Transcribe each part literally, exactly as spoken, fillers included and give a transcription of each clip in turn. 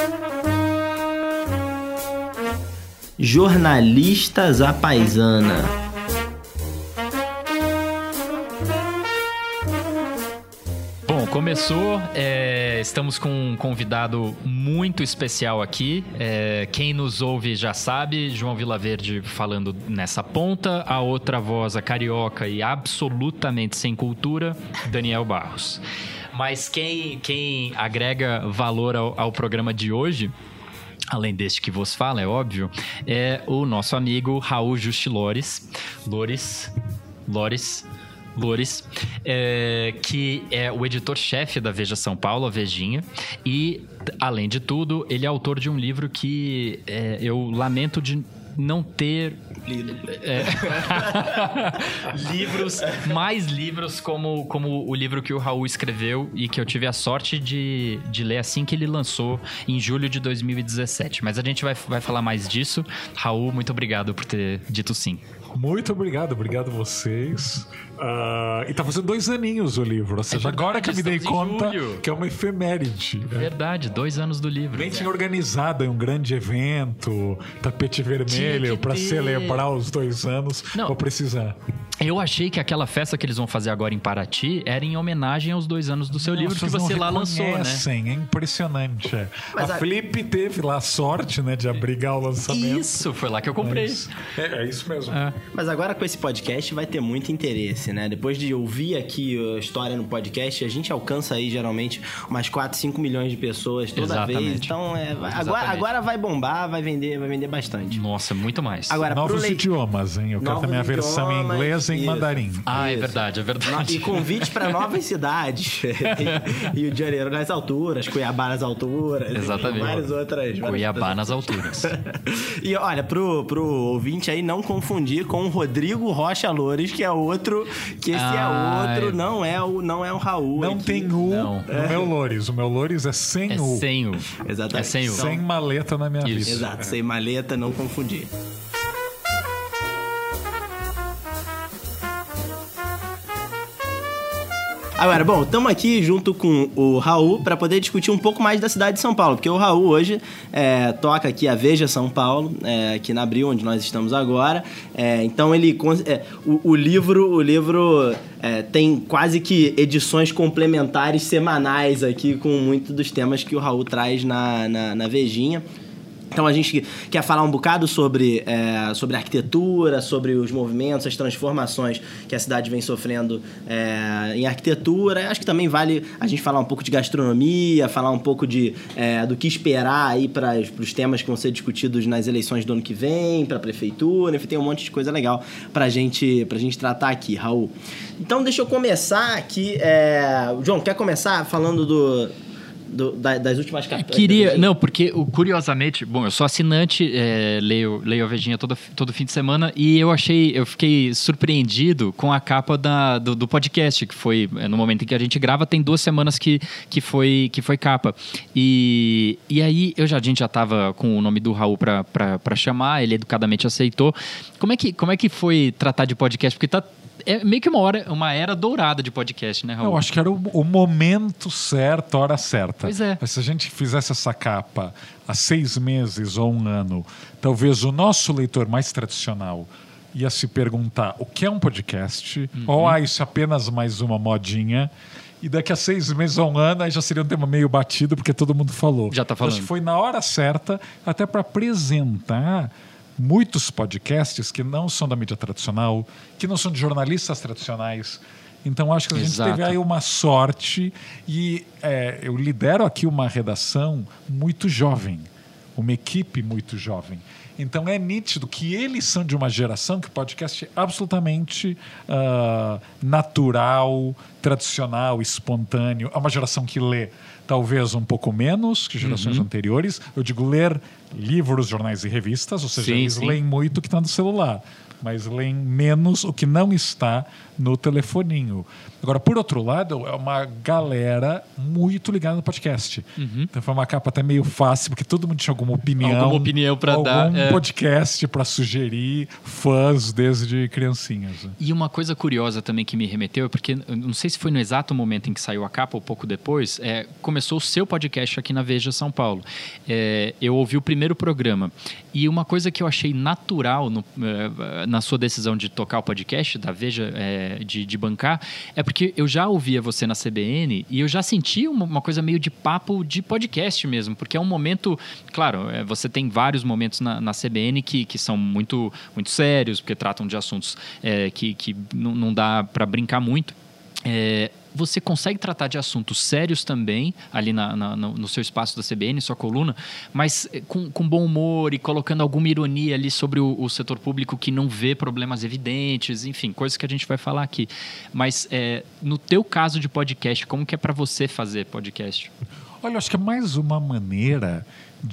Jornalistas à Paisana. Bom, começou, é, estamos com um convidado muito especial aqui. É, quem nos ouve já sabe, João Vilaverde falando nessa ponta, a outra voz, a carioca e absolutamente sem cultura, Daniel Barros. Mas quem, quem agrega valor ao, ao programa de hoje, além deste que vos fala, é óbvio, é o nosso amigo Raul Justi Lores, Lores, Lores, Lores, é, que é o editor-chefe da Veja São Paulo, a Vejinha, e, além de tudo, ele é autor de um livro que é, eu lamento de não ter lido. É, livros, mais livros como, como o livro que o Raul escreveu e que eu tive a sorte de, de ler assim que ele lançou em julho de dois mil e dezessete. Mas a gente vai, vai falar mais disso. Raul, muito obrigado por ter dito sim. Muito obrigado, obrigado a vocês. Uh, e tá fazendo dois aninhos o livro, ou seja, é verdade, agora que eu me dei conta que é uma efeméride. Verdade, né? Dois anos do livro. Bem tinha organizado em um grande evento, tapete vermelho, para celebrar os dois anos. Não, vou precisar. Eu achei que aquela festa que eles vão fazer agora em Paraty era em homenagem aos dois anos do seu não, livro que você lá lançou, né? É impressionante. É. A, a Flip teve lá a sorte, né, de abrigar o lançamento. Isso, foi lá que eu comprei. Mas, é, é isso mesmo. É. Mas agora com esse podcast vai ter muito interesse, né? Depois de ouvir aqui a história no podcast, a gente alcança aí geralmente umas quatro, cinco milhões de pessoas toda Exatamente. vez. Então, é, agora, agora vai bombar, vai vender, vai vender bastante. Nossa, muito mais. Agora, novos le... idiomas, hein? Eu quero também a versão em inglês e em mandarim. Ah, isso. é verdade, é verdade. E convites para novas cidades. Rio de Janeiro nas alturas, Cuiabá nas alturas. Exatamente. E várias outras. Cuiabá várias nas alturas. E olha, pro, pro ouvinte aí não confundir com o Rodrigo Rocha Loures, que é outro, que esse ah, é outro, não é o, não é o Raul. Não aqui. tem U não. no é. meu Loures. O meu Loures é sem é U. É sem U. Exatamente. É sem U. Sem maleta na minha Isso. vida. Exato, é. Sem maleta, não confundir. Agora, bom, estamos aqui junto com o Raul para poder discutir um pouco mais da cidade de São Paulo, porque o Raul hoje é, toca aqui a Veja São Paulo, é, aqui na Abril, onde nós estamos agora. É, então, ele é, o, o livro, o livro é, tem quase que edições complementares semanais aqui com muitos dos temas que o Raul traz na, na, na Vejinha. Então a gente quer falar um bocado sobre, é, sobre arquitetura, sobre os movimentos, as transformações que a cidade vem sofrendo é, em arquitetura. Acho que também vale a gente falar um pouco de gastronomia, falar um pouco de, é, do que esperar aí para os temas que vão ser discutidos nas eleições do ano que vem, para a prefeitura. Enfim, tem um monte de coisa legal para gente, a gente tratar aqui, Raul. Então deixa eu começar aqui. É... João, quer começar falando do... Do, da, das últimas capítulos. Queria, não, porque curiosamente, bom, eu sou assinante, é, leio, leio a Vejinha todo, todo fim de semana e eu achei, eu fiquei surpreendido com a capa da, do, do podcast, que foi no momento em que a gente grava, tem duas semanas que, que, foi, que foi capa. E, e aí eu já, a gente já estava com o nome do Raul para chamar, ele educadamente aceitou. Como é, que, como é que foi tratar de podcast? Porque tá é meio que uma, hora, uma era dourada de podcast, né, Raul? Eu acho que era o, o momento certo, a hora certa. Pois é. Mas se a gente fizesse essa capa há seis meses ou um ano, talvez o nosso leitor mais tradicional ia se perguntar o que é um podcast, uhum. ou ah, isso é apenas mais uma modinha. E daqui a seis meses ou um ano, aí já seria um tema meio batido, porque todo mundo falou. Já tá falando. Acho que foi na hora certa, até para apresentar muitos podcasts que não são da mídia tradicional, que não são de jornalistas tradicionais. Então, acho que a gente Exato. teve aí uma sorte e é, eu lidero aqui uma redação muito jovem, uma equipe muito jovem. Então, é nítido que eles são de uma geração que o podcast é absolutamente uh, natural, tradicional, espontâneo. É uma geração que lê talvez um pouco menos que gerações uhum. anteriores. Eu digo ler livros, jornais e revistas, ou seja, sim, eles sim. leem muito o que está no celular, mas leem menos o que não está no telefoninho. Agora, por outro lado, é uma galera muito ligada no podcast. Uhum. Então foi uma capa até meio fácil, porque todo mundo tinha alguma opinião. Alguma opinião para dar. Algum um podcast para sugerir fãs desde criancinhas. E uma coisa curiosa também que me remeteu, é porque não sei se foi no exato momento em que saiu a capa ou pouco depois, é, começou o seu podcast aqui na Veja São Paulo. É, eu ouvi o primeiro programa e uma coisa que eu achei natural no, na sua decisão de tocar o podcast da Veja, é, de, de bancar, é porque eu já ouvia você na C B N e eu já sentia uma, uma coisa meio de papo de podcast mesmo, porque é um momento, claro, é, você tem vários momentos na, na C B N que, que são muito, muito sérios, porque tratam de assuntos é, que, que não, não dá para brincar muito. É, você consegue tratar de assuntos sérios também, ali na, na, no seu espaço da C B N, sua coluna, mas com, com bom humor e colocando alguma ironia ali sobre o, o setor público que não vê problemas evidentes, enfim, coisas que a gente vai falar aqui. Mas é, no teu caso de podcast, como que é para você fazer podcast? Olha, eu acho que é mais uma maneira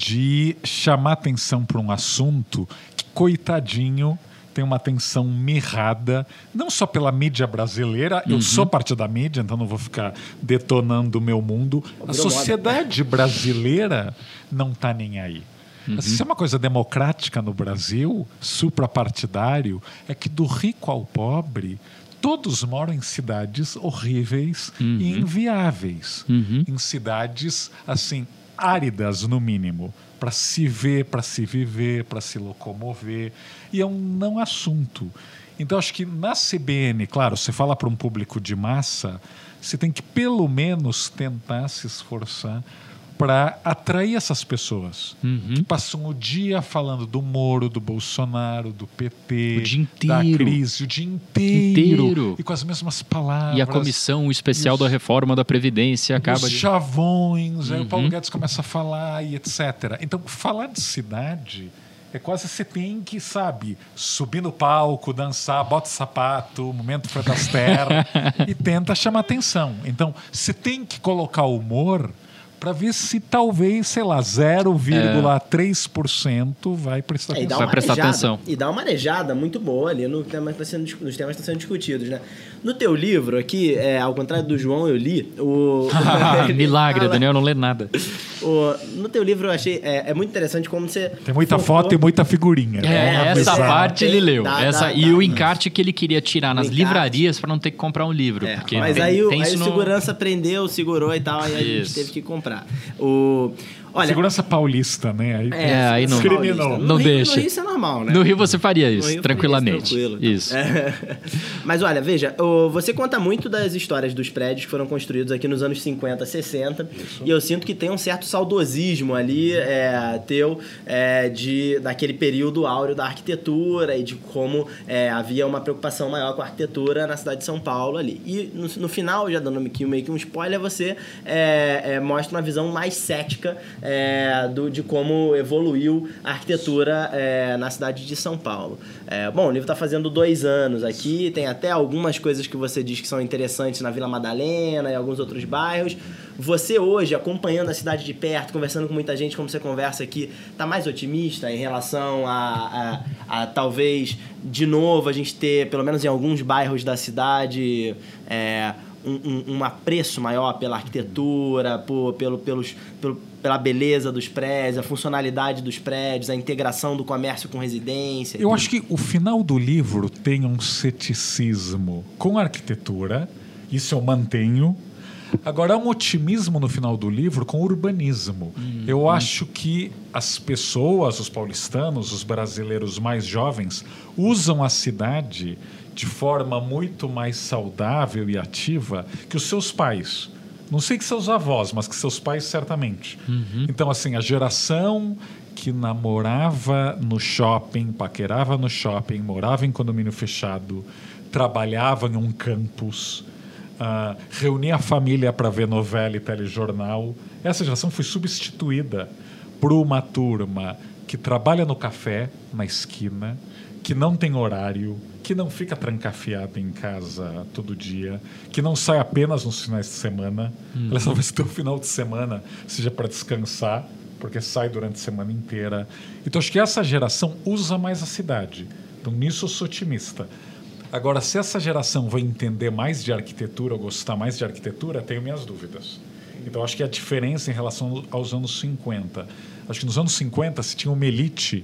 de chamar atenção para um assunto que, coitadinho, tem uma atenção mirrada, não só pela mídia brasileira, uhum. eu sou parte da mídia, então não vou ficar detonando o meu mundo. A sociedade brasileira não está nem aí. Uhum. Se é uma coisa democrática no Brasil, suprapartidário, é que do rico ao pobre, todos moram em cidades horríveis uhum. e inviáveis. Uhum. Em cidades, assim, áridas no mínimo, para se ver, para se viver, para se locomover. E é um não assunto. Então, acho que na C B N, claro, você fala para um público de massa, você tem que pelo menos tentar se esforçar para atrair essas pessoas uhum. que passam o dia falando do Moro, do Bolsonaro, do P T, o dia inteiro. Da crise, o dia inteiro, inteiro. E com as mesmas palavras. E a comissão especial os, da reforma da Previdência acaba os de... chavões, uhum. aí o Paulo Guedes começa a falar e etcétera. Então, falar de cidade é quase você tem que, sabe, subir no palco, dançar, bota o sapato, momento Fred Astaire e tenta chamar atenção. Então, você tem que colocar humor para ver se talvez, sei lá, zero vírgula três por cento vai prestar é, atenção. Vai prestar atenção. E dá uma marejada muito boa ali no tema que tá sendo, nos temas que estão sendo discutidos, né? No teu livro aqui, é, ao contrário do João, eu li o... Milagre, o Daniel não lê nada. O, no teu livro eu achei... É, é muito interessante como você... Tem muita focou... foto e muita figurinha. É, é essa parte ele leu. Dá, essa, dá, e dá, o encarte que ele queria tirar nas livrarias para não ter que comprar um livro. É, porque mas tem, aí, o, tem aí o no... segurança prendeu, segurou e tal, e a gente teve que comprar. O... Olha, segurança paulista, né? Aí, é, aí não, não, não Rio, deixa. No Rio isso é normal, né? No Rio você faria isso, tranquilamente. Faria isso, isso. É. Mas olha, veja, você conta muito das histórias dos prédios que foram construídos aqui nos anos cinquenta, sessenta, isso. E eu sinto que tem um certo saudosismo ali é, teu é, de, daquele período áureo da arquitetura e de como é, havia uma preocupação maior com a arquitetura na cidade de São Paulo ali. E no, no final, já dando aqui meio que um spoiler, você é, é, mostra uma visão mais cética É, do, de como evoluiu a arquitetura é, na cidade de São Paulo. É, bom, o livro está fazendo dois anos aqui, tem até algumas coisas que você diz que são interessantes na Vila Madalena e alguns outros bairros. Você hoje, acompanhando a cidade de perto, conversando com muita gente, como você conversa aqui, está mais otimista em relação a, a, a talvez, de novo, a gente ter, pelo menos em alguns bairros da cidade... É, Um, um, um apreço maior pela arquitetura, por, pelo, pelos, pelo, pela beleza dos prédios, a funcionalidade dos prédios, a integração do comércio com residência. Eu acho que o final do livro tem um ceticismo com a arquitetura, isso eu mantenho. Agora, há um otimismo no final do livro com o urbanismo. Uhum. Eu acho que as pessoas, os paulistanos, os brasileiros mais jovens, usam a cidade de forma muito mais saudável e ativa que os seus pais. Não sei que seus avós, mas que seus pais certamente. Uhum. Então, assim, a geração que namorava no shopping, paquerava no shopping, morava em condomínio fechado, trabalhava em um campus, uh, reunia a família para ver novela e telejornal. Essa geração foi substituída por uma turma que trabalha no café, na esquina, que não tem horário, que não fica trancafiada em casa todo dia, que não sai apenas nos finais de semana. Uhum. Ela só vai ter o final de semana, seja para descansar, porque sai durante a semana inteira. Então, acho que essa geração usa mais a cidade. Então, nisso eu sou otimista. Agora, se essa geração vai entender mais de arquitetura ou gostar mais de arquitetura, tenho minhas dúvidas. Então, acho que a diferença em relação aos anos cinquenta. Acho que nos anos cinquenta se tinha uma elite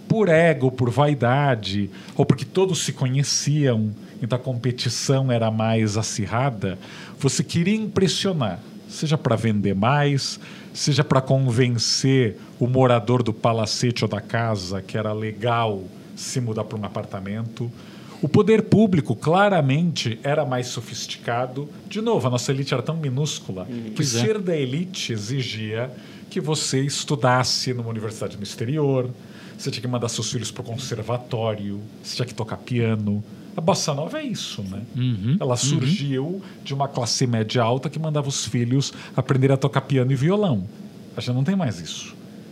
por ego, por vaidade, ou porque todos se conheciam, então a competição era mais acirrada, você queria impressionar, seja para vender mais, seja para convencer o morador do palacete ou da casa que era legal se mudar para um apartamento. O poder público, claramente, era mais sofisticado. De novo, a nossa elite era tão minúscula uhum. que ser é. da elite exigia que você estudasse numa universidade no exterior, você tinha que mandar seus filhos para o conservatório, você tinha que tocar piano. A bossa nova é isso, né? Uhum. Ela surgiu uhum. de uma classe média alta que mandava os filhos aprender a tocar piano e violão. A gente não tem mais isso.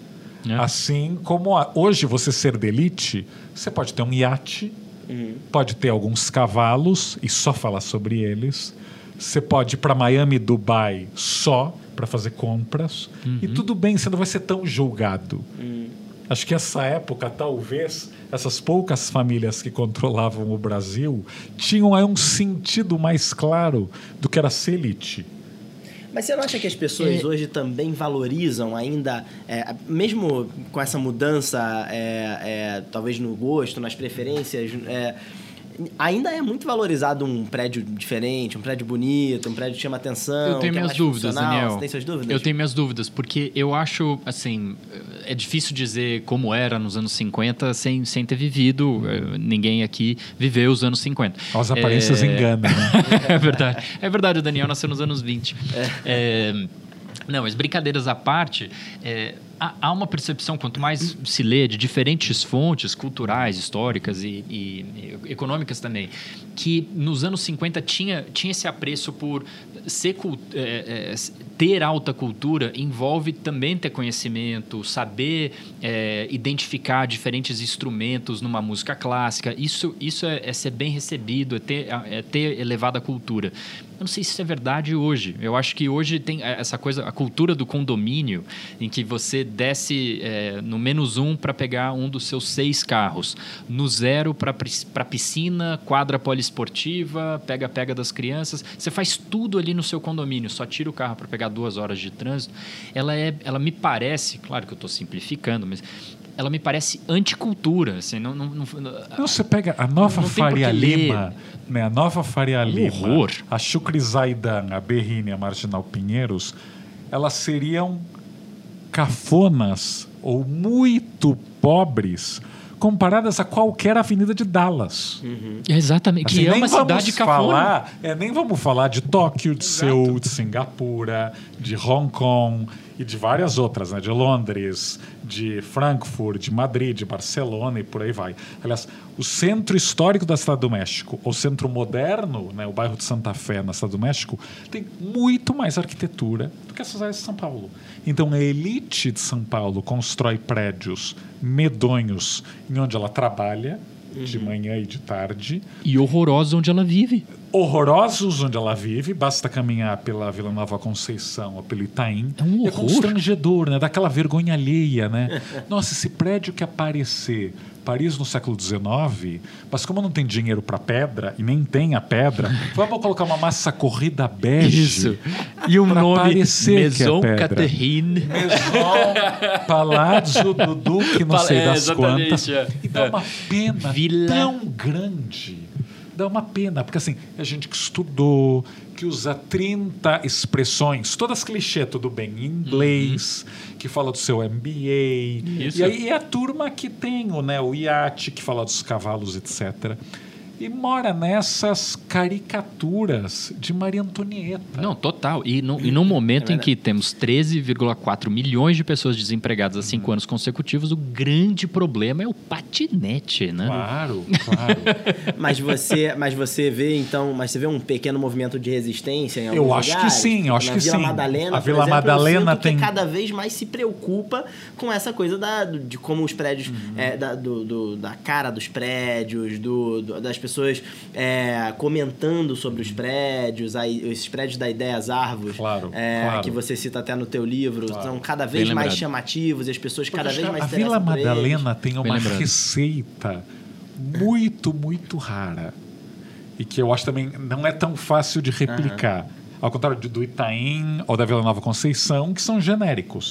É. Assim como a, hoje você ser de elite, você pode ter um iate, uhum. pode ter alguns cavalos e só falar sobre eles. Você pode ir para Miami, Dubai só para fazer compras. Uhum. E tudo bem, você não vai ser tão julgado. Uhum. Acho que essa época, talvez, essas poucas famílias que controlavam o Brasil tinham aí um sentido mais claro do que era ser elite. Mas você não acha que as pessoas é. hoje também valorizam ainda, é, mesmo com essa mudança, é, é, talvez no gosto, nas preferências, é, ainda é muito valorizado um prédio diferente, um prédio bonito, um prédio que chama atenção. Eu tenho que minhas é dúvidas, Daniel. Você tem suas dúvidas? Eu tenho minhas dúvidas, porque eu acho, assim, é difícil dizer como era nos anos cinquenta sem, sem ter vivido. Ninguém aqui viveu os anos cinquenta. As aparências é... enganam, né? É verdade. É verdade, o Daniel nasceu nos anos vinte. É. É... Não, mas brincadeiras à parte, é, há uma percepção, quanto mais se lê de diferentes fontes culturais, históricas e, e, e econômicas também, que nos anos cinquenta tinha, tinha esse apreço por ser, é, é, ter alta cultura envolve também ter conhecimento, saber é, identificar diferentes instrumentos numa música clássica. Isso, isso é, é ser bem recebido, é ter, é ter elevada cultura. Eu não sei se isso é verdade hoje. Eu acho que hoje tem essa coisa, a cultura do condomínio, em que você desce é, no menos um para pegar um dos seus seis carros, no zero para a piscina, quadra poliesportiva, pega-pega das crianças. Você faz tudo ali no seu condomínio, só tira o carro para pegar duas horas de trânsito. Ela, é, ela me parece, claro que eu estou simplificando, mas ela me parece anticultura. Assim, não, não, não, não, você pega a nova não, não Faria Lima, né, a nova Faria um Lima, horror. A Shukri Zaidan, a Berrini, a Marginal Pinheiros, elas seriam cafonas ou muito pobres comparadas a qualquer avenida de Dallas. Uhum. Exatamente, assim, que é uma cidade cafona. Falar, é, nem vamos falar de Tóquio, de Exato. Seul, de Singapura, de Hong Kong e de várias outras, né? De Londres, de Frankfurt, de Madrid, de Barcelona e por aí vai. Aliás, o centro histórico da Cidade do México, o centro moderno, né? O bairro de Santa Fé, na Cidade do México, tem muito mais arquitetura do que essas áreas de São Paulo. Então, a elite de São Paulo constrói prédios medonhos em onde ela trabalha, uhum. de manhã e de tarde. E horrorosos onde ela vive. Horrorosos onde ela vive, basta caminhar pela Vila Nova Conceição ou pelo Itaim. É um horror. É constrangedor, né? Dá aquela vergonha alheia, né? Nossa, esse prédio que aparecer, Paris no século dezenove, mas como não tem dinheiro para pedra, e nem tem a pedra, vamos colocar uma massa corrida bege. Isso. E um nome Maison é Catherine. Maison Palazzo do Duque, não sei é, das quantas. É. E dá uma pena Vila... tão grande. Dá uma pena, porque assim, a gente que estudou, que usa trinta expressões, todas clichê, tudo bem, em inglês, uhum. que fala do seu M B A. Isso. E aí é a turma que tem o, né, o iate, que fala dos cavalos, etcétera. E mora nessas caricaturas de Maria Antonieta. Não, total. E, no, e num momento é em que temos treze vírgula quatro milhões de pessoas desempregadas há cinco uhum. anos consecutivos, o grande problema é o patinete, né? Claro, claro. mas, você, mas você vê, então, mas você vê um pequeno movimento de resistência em alguns Eu acho lugares? que sim, eu acho Na que Vila sim. Madalena, a Vila por exemplo, Madalena eu sinto tem... que cada vez mais se preocupa com essa coisa da, de como os prédios, uhum. é, da, do, do, da cara dos prédios, do, do, das pessoas é, comentando sobre os prédios, aí, esses prédios da Ideias Árvores, claro, é, claro. que você cita até no teu livro, claro. são cada vez Bem mais lembrado. chamativos e as pessoas cada vez mais A Vila Madalena tem uma lembrado. receita muito, muito rara e que eu acho também não é tão fácil de replicar. Uhum. Ao contrário do Itaim ou da Vila Nova Conceição, que são genéricos.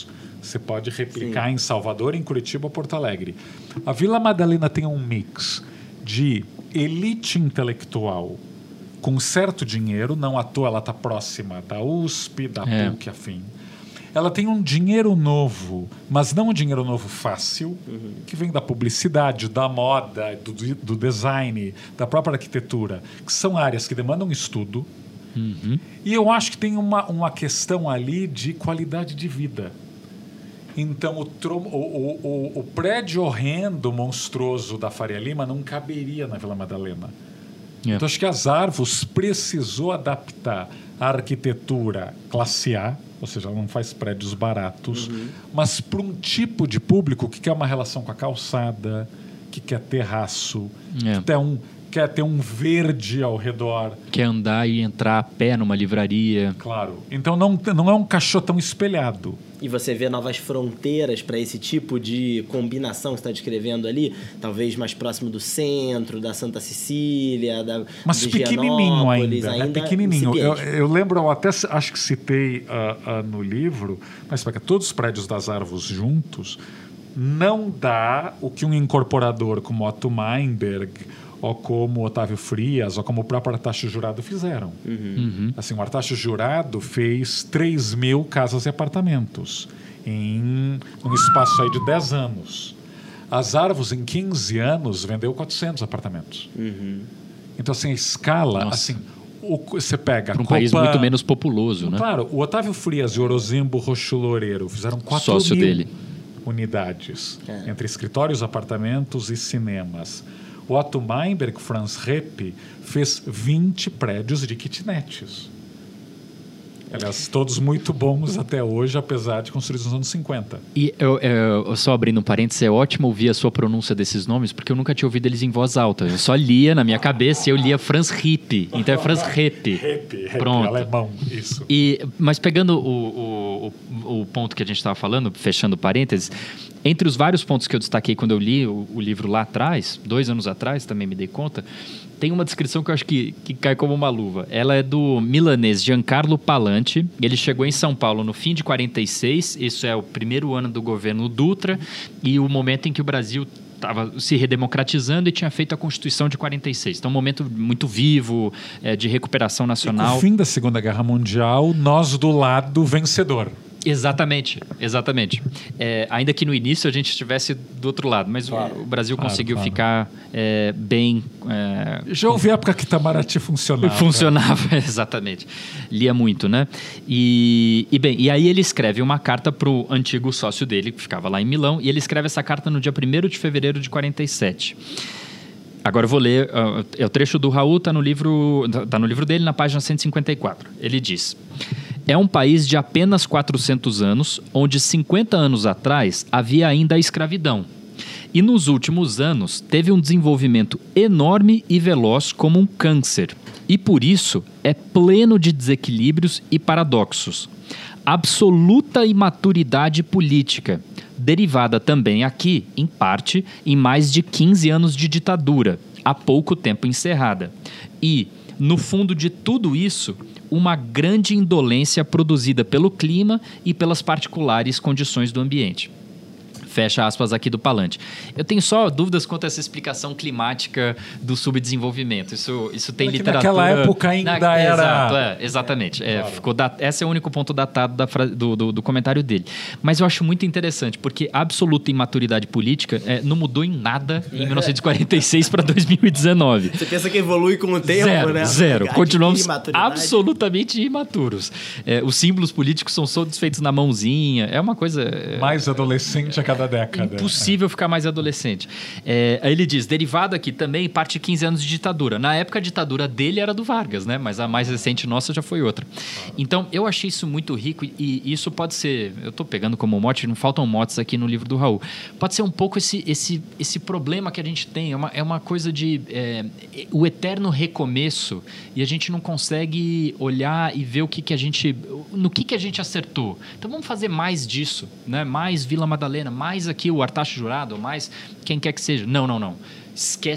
Você pode replicar Sim. em Salvador, em Curitiba, Porto Alegre. A Vila Madalena tem um mix de elite intelectual com certo dinheiro, não à toa ela está próxima da U S P, da é. P U C, afim. Ela tem um dinheiro novo, mas não um dinheiro novo fácil, uhum. que vem da publicidade, da moda, do, do design, da própria arquitetura, que são áreas que demandam estudo. Uhum. E eu acho que tem uma, uma questão ali de qualidade de vida. Então, o, trom, o, o, o, o prédio horrendo, monstruoso da Faria Lima não caberia na Vila Madalena. Yeah. Então, acho que as Arvos precisou adaptar a arquitetura classe A, ou seja, ela não faz prédios baratos, uhum. mas para um tipo de público que quer uma relação com a calçada, que quer terraço, yeah. que quer um, quer ter um verde ao redor. Quer andar e entrar a pé numa livraria. Claro. Então, não, não é um caixotão espelhado. E você vê novas fronteiras para esse tipo de combinação que você está descrevendo ali, talvez mais próximo do centro, da Santa Cecília, da Mas pequenininho ainda, ainda é pequenininho. Eu, eu lembro, eu até acho que citei uh, uh, no livro, mas para todos os prédios das Arvos juntos, não dá o que um incorporador como Otto Meinberg, ou como Otávio Frias, ou como o próprio Artacho Jurado fizeram. Uhum. Uhum. Assim, o Artacho Jurado fez três mil casas e apartamentos em um espaço aí de dez anos. As Arvos, em quinze anos, vendeu quatrocentos apartamentos. Uhum. Então, assim, a escala... Nossa. assim, o, você pega... Para um Copa, país muito menos populoso, né? Claro, o Otávio Frias e o Orozimbo Roxo Loureiro fizeram quatro Sócio mil dele. unidades, é. entre escritórios, apartamentos e cinemas. O Otto Meinberg, Franz Repp, fez vinte prédios de kitnets. Aliás, todos muito bons até hoje, apesar de construídos nos anos cinquenta. E eu, eu, só abrindo um parênteses, é ótimo ouvir a sua pronúncia desses nomes, porque eu nunca tinha ouvido eles em voz alta. Eu só lia na minha cabeça e eu lia Franz Repp. Então é Franz Repp. Repp, Pronto. alemão, isso. E, mas pegando o, o, o ponto que a gente estava falando, fechando parênteses, entre os vários pontos que eu destaquei quando eu li o, o livro lá atrás, dois anos atrás, também me dei conta, tem uma descrição que eu acho que, que cai como uma luva. Ela é do milanês Giancarlo Palanti. Ele chegou em São Paulo no fim de quarenta e seis. Isso é o primeiro ano do governo Dutra e o momento em que o Brasil estava se redemocratizando e tinha feito a Constituição de quarenta e seis. Então, um momento muito vivo, é, de recuperação nacional. E com o fim da Segunda Guerra Mundial, nós do lado vencedor. Exatamente, exatamente. É, ainda que no início a gente estivesse do outro lado, mas claro, o, o Brasil claro, conseguiu claro. ficar é, bem... É, Já houve época que Itamaraty funcionava. Funcionava, exatamente. Lia muito, né? E, e, bem, e aí ele escreve uma carta para o antigo sócio dele, que ficava lá em Milão, e ele escreve essa carta no dia primeiro de fevereiro de quarenta e sete. Agora eu vou ler, uh, é o trecho do Raul, está no, livro, tá no livro dele, na página cento e cinquenta e quatro. Ele diz... É um país de apenas quatrocentos anos, onde cinquenta anos atrás havia ainda a escravidão. E nos últimos anos teve um desenvolvimento enorme e veloz como um câncer. E por isso é pleno de desequilíbrios e paradoxos. Absoluta imaturidade política, derivada também aqui, em parte, em mais de quinze anos de ditadura, há pouco tempo encerrada. E, no fundo de tudo isso... uma grande indolência produzida pelo clima e pelas particulares condições do ambiente. Fecha aspas aqui do Palanti. Eu tenho só dúvidas quanto a essa explicação climática do subdesenvolvimento. Isso, isso tem Porque literatura... naquela época ainda Na, era... Exato, é, exatamente. É, claro. ficou dat... Esse é o único ponto datado da fra... do, do, do comentário dele. Mas eu acho muito interessante, porque a absoluta imaturidade política é, não mudou em nada em mil novecentos e quarenta e seis para dois mil e dezenove. Você pensa que evolui com o tempo, zero, né? Zero. Continuamos absolutamente imaturos. É, os símbolos políticos são todos feitos na mãozinha. É uma coisa... É... mais adolescente a cada década. Impossível é. ficar mais adolescente. É, aí ele diz, derivado aqui também, parte de quinze anos de ditadura. Na época, a ditadura dele era do Vargas, né? Mas a mais recente nossa já foi outra. Então, eu achei isso muito rico e, e isso pode ser... Eu estou pegando como mote, não faltam motes aqui no livro do Raul. Pode ser um pouco esse, esse, esse problema que a gente tem. É uma, é uma coisa de... É, o eterno recomeço e a gente não consegue olhar e ver o que, que a gente... No que, que a gente acertou. Então, vamos fazer mais disso, né? Mais Vila Madalena, mais aqui o Artacho Jurado, mais quem quer que seja. Não, não, não. Esquece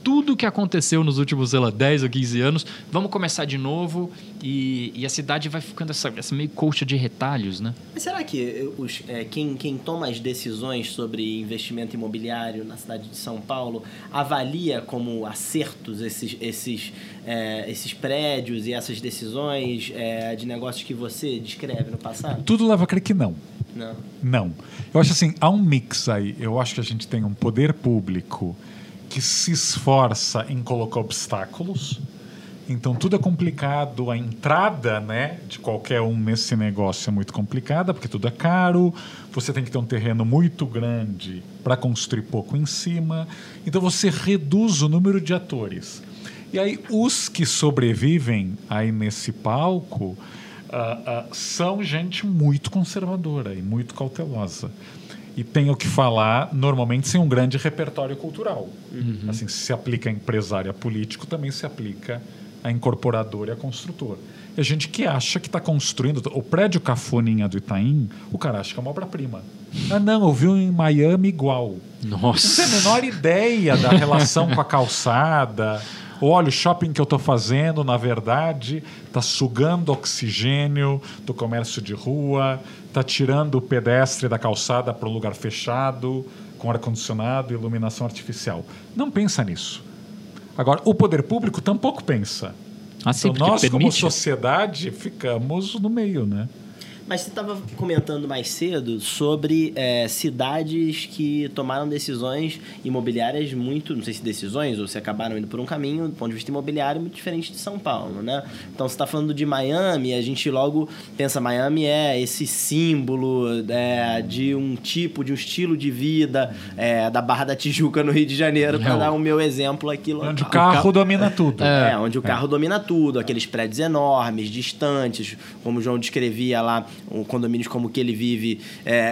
tudo que aconteceu nos últimos, sei lá, dez ou quinze anos, vamos começar de novo e, e a cidade vai ficando essa, essa meio colcha de retalhos, né? Mas será que os, é, quem, quem toma as decisões sobre investimento imobiliário na cidade de São Paulo avalia como acertos esses, esses, é, esses prédios e essas decisões é, de negócios que você descreve no passado? Tudo leva a crer que não. Não. Não. Eu acho assim, há um mix aí. Eu acho que a gente tem um poder público que se esforça em colocar obstáculos. Então, tudo é complicado. A entrada, né, de qualquer um nesse negócio é muito complicada, porque tudo é caro. Você tem que ter um terreno muito grande para construir pouco em cima. Então, você reduz o número de atores. E aí, os que sobrevivem aí nesse palco uh, uh, são gente muito conservadora e muito cautelosa. E tenho que falar, normalmente, sem um grande repertório cultural. Uhum. Assim, se aplica a empresário e a político, também se aplica a incorporador e a construtor. É gente que acha que está construindo... O prédio Cafoninha do Itaim, o cara acha que é uma obra-prima. Ah, não, eu vi um em Miami igual. Nossa! Não tem a menor ideia da relação com a calçada. Olha, o shopping que eu estou fazendo, na verdade, está sugando oxigênio do comércio de rua, está tirando o pedestre da calçada para um lugar fechado, com ar-condicionado e iluminação artificial. Não pensa nisso. Agora, o poder público tampouco pensa. Ah, sim, então, nós, permite. como sociedade, ficamos no meio, né? Mas você estava comentando mais cedo sobre é, cidades que tomaram decisões imobiliárias muito, não sei se decisões ou se acabaram indo por um caminho, do ponto de vista imobiliário, muito diferente de São Paulo, né? Então, você está falando de Miami, a gente logo pensa, Miami é esse símbolo é, de um tipo, de um estilo de vida é, da Barra da Tijuca, no Rio de Janeiro, para dar o meu exemplo aqui local. Onde o carro, o carro domina tudo. É, é onde o carro é. domina tudo, aqueles prédios enormes, distantes, como o João descrevia lá, um condomínios como o que ele vive. É,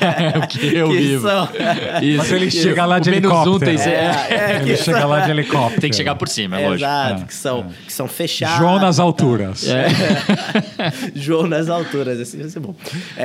o que eu que vivo. São, Isso. Mas ele chega lá de helicóptero. Um tem, é, é, ele chega são, lá de helicóptero. Tem que chegar por cima, é lógico. Exato, é, que, são, é. que são fechados. João nas alturas. É. João nas alturas, assim vai ser bom.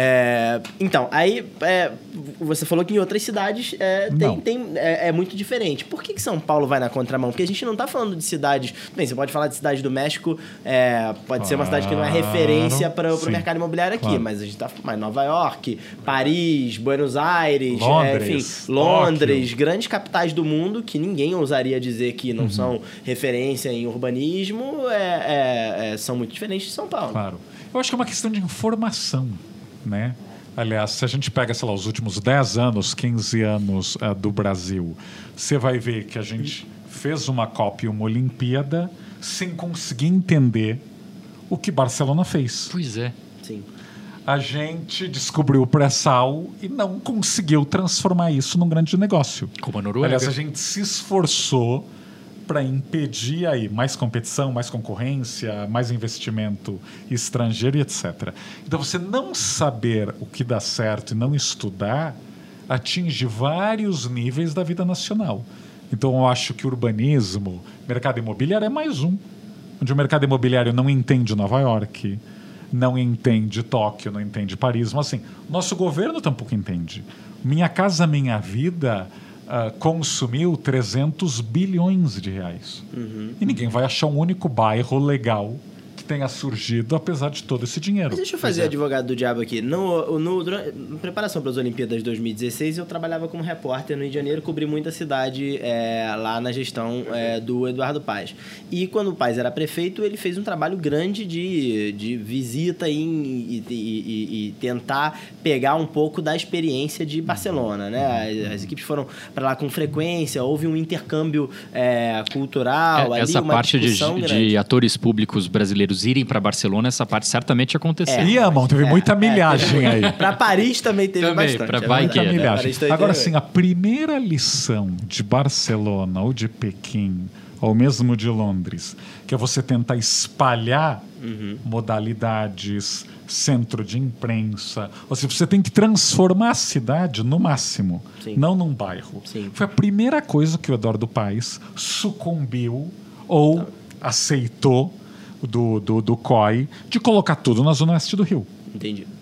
É, então, aí é, você falou que em outras cidades é, tem, tem, é, é muito diferente. Por que, que São Paulo vai na contramão? Porque a gente não está falando de cidades... Bem, você pode falar de cidade do México, é, pode claro, ser uma cidade que não é referência para o mercado imobiliário aqui, claro. Mas a gente tá mais Nova York, Paris, Buenos Aires, Londres, é, enfim, Londres, Tóquio. Grandes capitais do mundo que ninguém ousaria dizer que não uhum. são referência em urbanismo, é, é, é, são muito diferentes de São Paulo. Claro. Eu acho que é uma questão de informação, né? Aliás, se a gente pega, sei lá, os últimos dez anos, quinze anos uh, do Brasil, você vai ver que a gente fez uma Copa e uma Olimpíada sem conseguir entender o que Barcelona fez. Pois é. Sim. A gente descobriu o pré-sal e não conseguiu transformar isso num grande negócio. Como a Noruega. Aliás, a gente se esforçou para impedir aí mais competição, mais concorrência, mais investimento estrangeiro e etcétera. Então, você não saber o que dá certo e não estudar atinge vários níveis da vida nacional. Então, eu acho que o urbanismo, mercado imobiliário é mais um. Onde o mercado imobiliário não entende Nova York, não entende Tóquio, não entende Paris. Mas, assim, nosso governo tampouco entende. Minha Casa Minha Vida uh, consumiu trezentos bilhões de reais. Uhum. E ninguém vai achar um único bairro legal que tenha surgido, apesar de todo esse dinheiro. Mas deixa eu fazer advogado do diabo aqui. No, no, na preparação para as Olimpíadas de dois mil e dezesseis, eu trabalhava como repórter no Rio de Janeiro, cobri muita cidade é, lá na gestão é, do Eduardo Paes. E quando o Paes era prefeito, ele fez um trabalho grande de, de visita e, e, e, e tentar pegar um pouco da experiência de Barcelona, né? As, as equipes foram para lá com frequência, houve um intercâmbio é, cultural. É, ali, essa uma parte de, de atores públicos brasileiros irem para Barcelona, essa parte certamente aconteceu. É, e, amor, teve é, muita milhagem é, aí. Para Paris também teve também, bastante. Para vai que é, milhagem. Né? Agora, sim, a primeira lição de Barcelona ou de Pequim, ou mesmo de Londres, que é você tentar espalhar uhum. modalidades, centro de imprensa. Ou seja, você tem que transformar a cidade no máximo, sim. não num bairro. Sim. Foi a primeira coisa que o Eduardo Paes sucumbiu ou não. aceitou do, do, do C O I de colocar tudo na zona oeste do Rio. Entendi.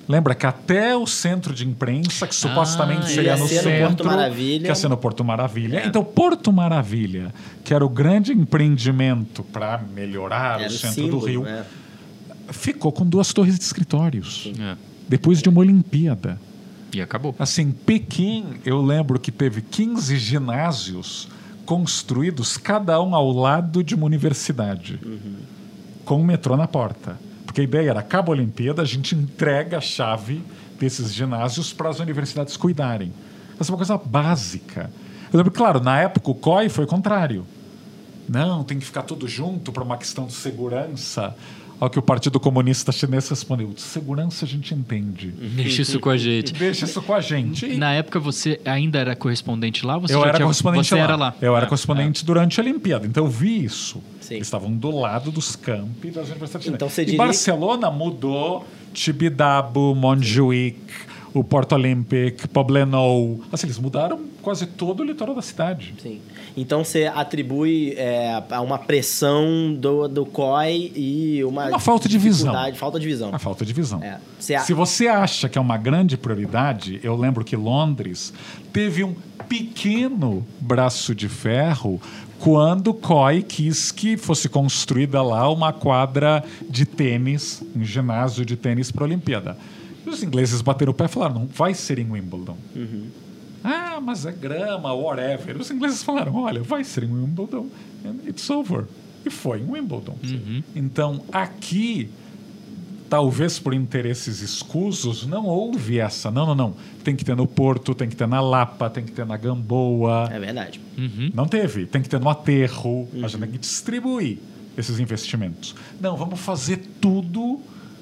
Lembra que até o centro de imprensa, que supostamente Ah, seria ia no ser no centro, Porto Maravilha. que ia ser no Porto Maravilha. É. Então, Porto Maravilha, que era o grande empreendimento para melhorar Era o o centro símbolo, do Rio, né? ficou com duas torres de escritórios. É. Depois de uma Olimpíada. E acabou. Assim, Pequim, eu lembro que teve quinze ginásios construídos, cada um ao lado de uma universidade, Uhum. com um metrô na porta. Porque a ideia era, acaba a Olimpíada, a gente entrega a chave desses ginásios para as universidades cuidarem. Essa é uma coisa básica. Eu lembro, claro, na época o C O I foi o contrário. Não, tem que ficar tudo junto para uma questão de segurança. Ao que o Partido Comunista Chinês respondeu, segurança a gente entende. Deixa isso com a gente. Deixa isso com a gente. E Na época você ainda era correspondente lá? Você eu já era tinha... correspondente você lá. Era lá. Eu era Ah, correspondente durante a Olimpíada. Então eu vi isso. Sim. Eles estavam do lado dos campi das universidades Então, chinesas. você E diria- Barcelona mudou Tibidabo, Montjuic, o Porto Olímpico, Poblenou. Assim, eles mudaram quase todo o litoral da cidade. Sim. Então você atribui é, a uma pressão do, do C O I e uma, Uma falta de visão. dificuldade, falta de visão. A falta de visão. É. Você a- Se você acha que é uma grande prioridade, eu lembro que Londres teve um pequeno braço de ferro quando o C O I quis que fosse construída lá uma quadra de tênis, um ginásio de tênis para a Olimpíada. E os ingleses bateram o pé e falaram, não vai ser em Wimbledon. Uhum. Ah, mas é grama, whatever. Os ingleses falaram, olha, vai ser em Wimbledon, and it's over. E foi em Wimbledon. Uhum. Então, aqui, talvez por interesses escusos, não houve essa. Não, não, não. Tem que ter no Porto, tem que ter na Lapa, tem que ter na Gamboa. É verdade. Uhum. Não teve. Tem que ter no Aterro. A gente tem que distribuir esses investimentos. Não, vamos fazer tudo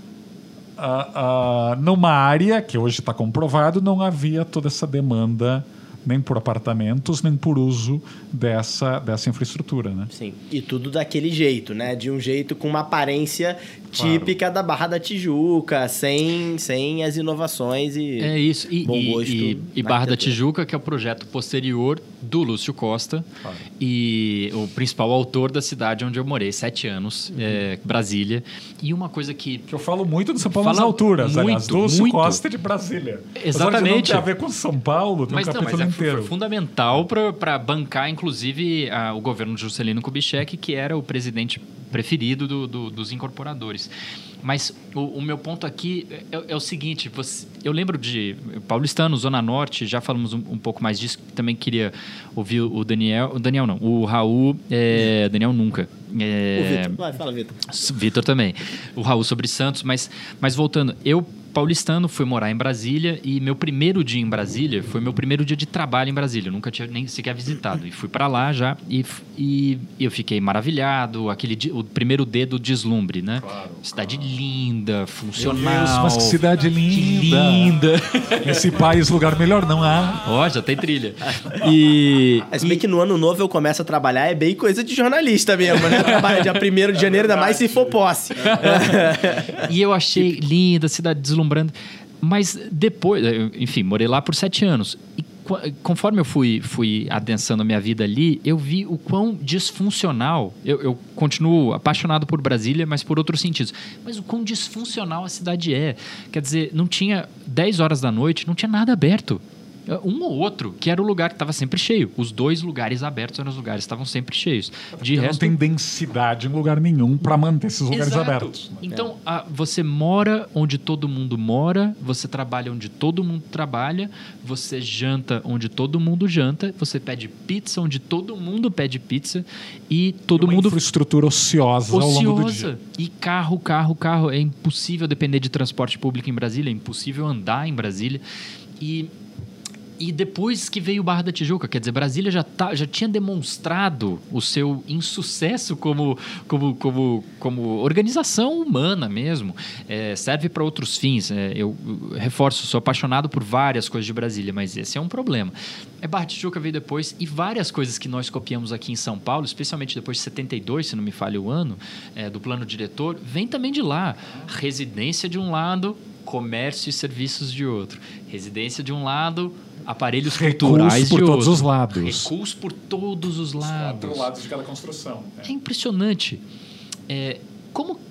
ah, ah, numa área que hoje está comprovado, não havia toda essa demanda nem por apartamentos, nem por uso dessa, dessa infraestrutura, né? Sim. E tudo daquele jeito, né? De um jeito com uma aparência típica da Barra da Tijuca, sem, sem as inovações e É isso. E, bom e- gosto e- e na Barra da arquitetura. Tijuca, que é o projeto posterior do Lúcio Costa. Claro. E o principal autor da cidade onde eu morei, sete anos, Uhum. é, Brasília. E uma coisa que... Que eu falo muito do São Paulo nas Fala alturas, muito, aliás. Lúcio muito. Costa é de Brasília. Exatamente. Mas não tem a ver com São Paulo, tem Mas um não, mas capítulo é, inteiro. foi fundamental para bancar, inclusive, a- o governo de Juscelino Kubitschek, que era o presidente preferido do- do- dos incorporadores. Mas o, o meu ponto aqui é, é o seguinte, você- eu lembro de Paulistano, Zona Norte, já falamos um, um pouco mais disso, também queria ouvir o Daniel, o Daniel não, o Raul, é, Daniel nunca. É, O Vitor. Vai, fala, Vitor. Vitor também. O Raul sobre Santos, mas, mas voltando, eu, paulistano, fui morar em Brasília e meu primeiro dia em Brasília foi meu primeiro dia de trabalho em Brasília. Eu nunca tinha nem sequer visitado. E fui para lá já e, e eu fiquei maravilhado. Aquele dia, o primeiro dedo deslumbre, né? Claro, Cidade linda, funcional. Meu Deus, mas que cidade Que linda. linda. Nesse país, lugar melhor não há. Ó, já tem trilha. E... É, se bem que no ano novo eu começo a trabalhar, é bem coisa de jornalista mesmo, né? Trabalho dia primeiro de janeiro, ainda mais se for posse. E eu achei linda, a cidade deslumbrando. Mas depois, eu, enfim, morei lá por sete anos. E co- conforme eu fui, fui adensando a minha vida ali, eu vi o quão disfuncional... Eu, eu continuo apaixonado por Brasília, mas por outros sentidos. Mas o quão disfuncional a cidade é. Quer dizer, não tinha dez horas da noite, não tinha nada aberto. Um ou outro, que era o lugar que estava sempre cheio. Os dois lugares abertos eram os lugares que estavam sempre cheios. De Porque resto, não tem densidade em lugar nenhum para manter esses lugares Exato. abertos. Então, a- você mora onde todo mundo mora, você trabalha onde todo mundo trabalha, você janta onde todo mundo janta, você pede pizza onde todo mundo pede pizza e todo Uma mundo infraestrutura ociosa, ao longo do dia. ociosa. E carro, carro, carro. É impossível depender de transporte público em Brasília, é impossível andar em Brasília. E... E depois que veio Barra da Tijuca, quer dizer, Brasília já, tá, já tinha demonstrado o seu insucesso como, como, como, como organização humana mesmo. É, serve para outros fins. É, eu, eu reforço, sou apaixonado por várias coisas de Brasília, mas esse é um problema. É, Barra da Tijuca veio depois e várias coisas que nós copiamos aqui em São Paulo, especialmente depois de setenta e dois, se não me falha o ano, é, do plano diretor, vem também de lá. Residência de um lado, comércio e serviços de outro. Residência de um lado, aparelhos Recurso culturais por de todos outro. os lados. Recursos por todos os lados. lados de cada construção. É impressionante. É, como,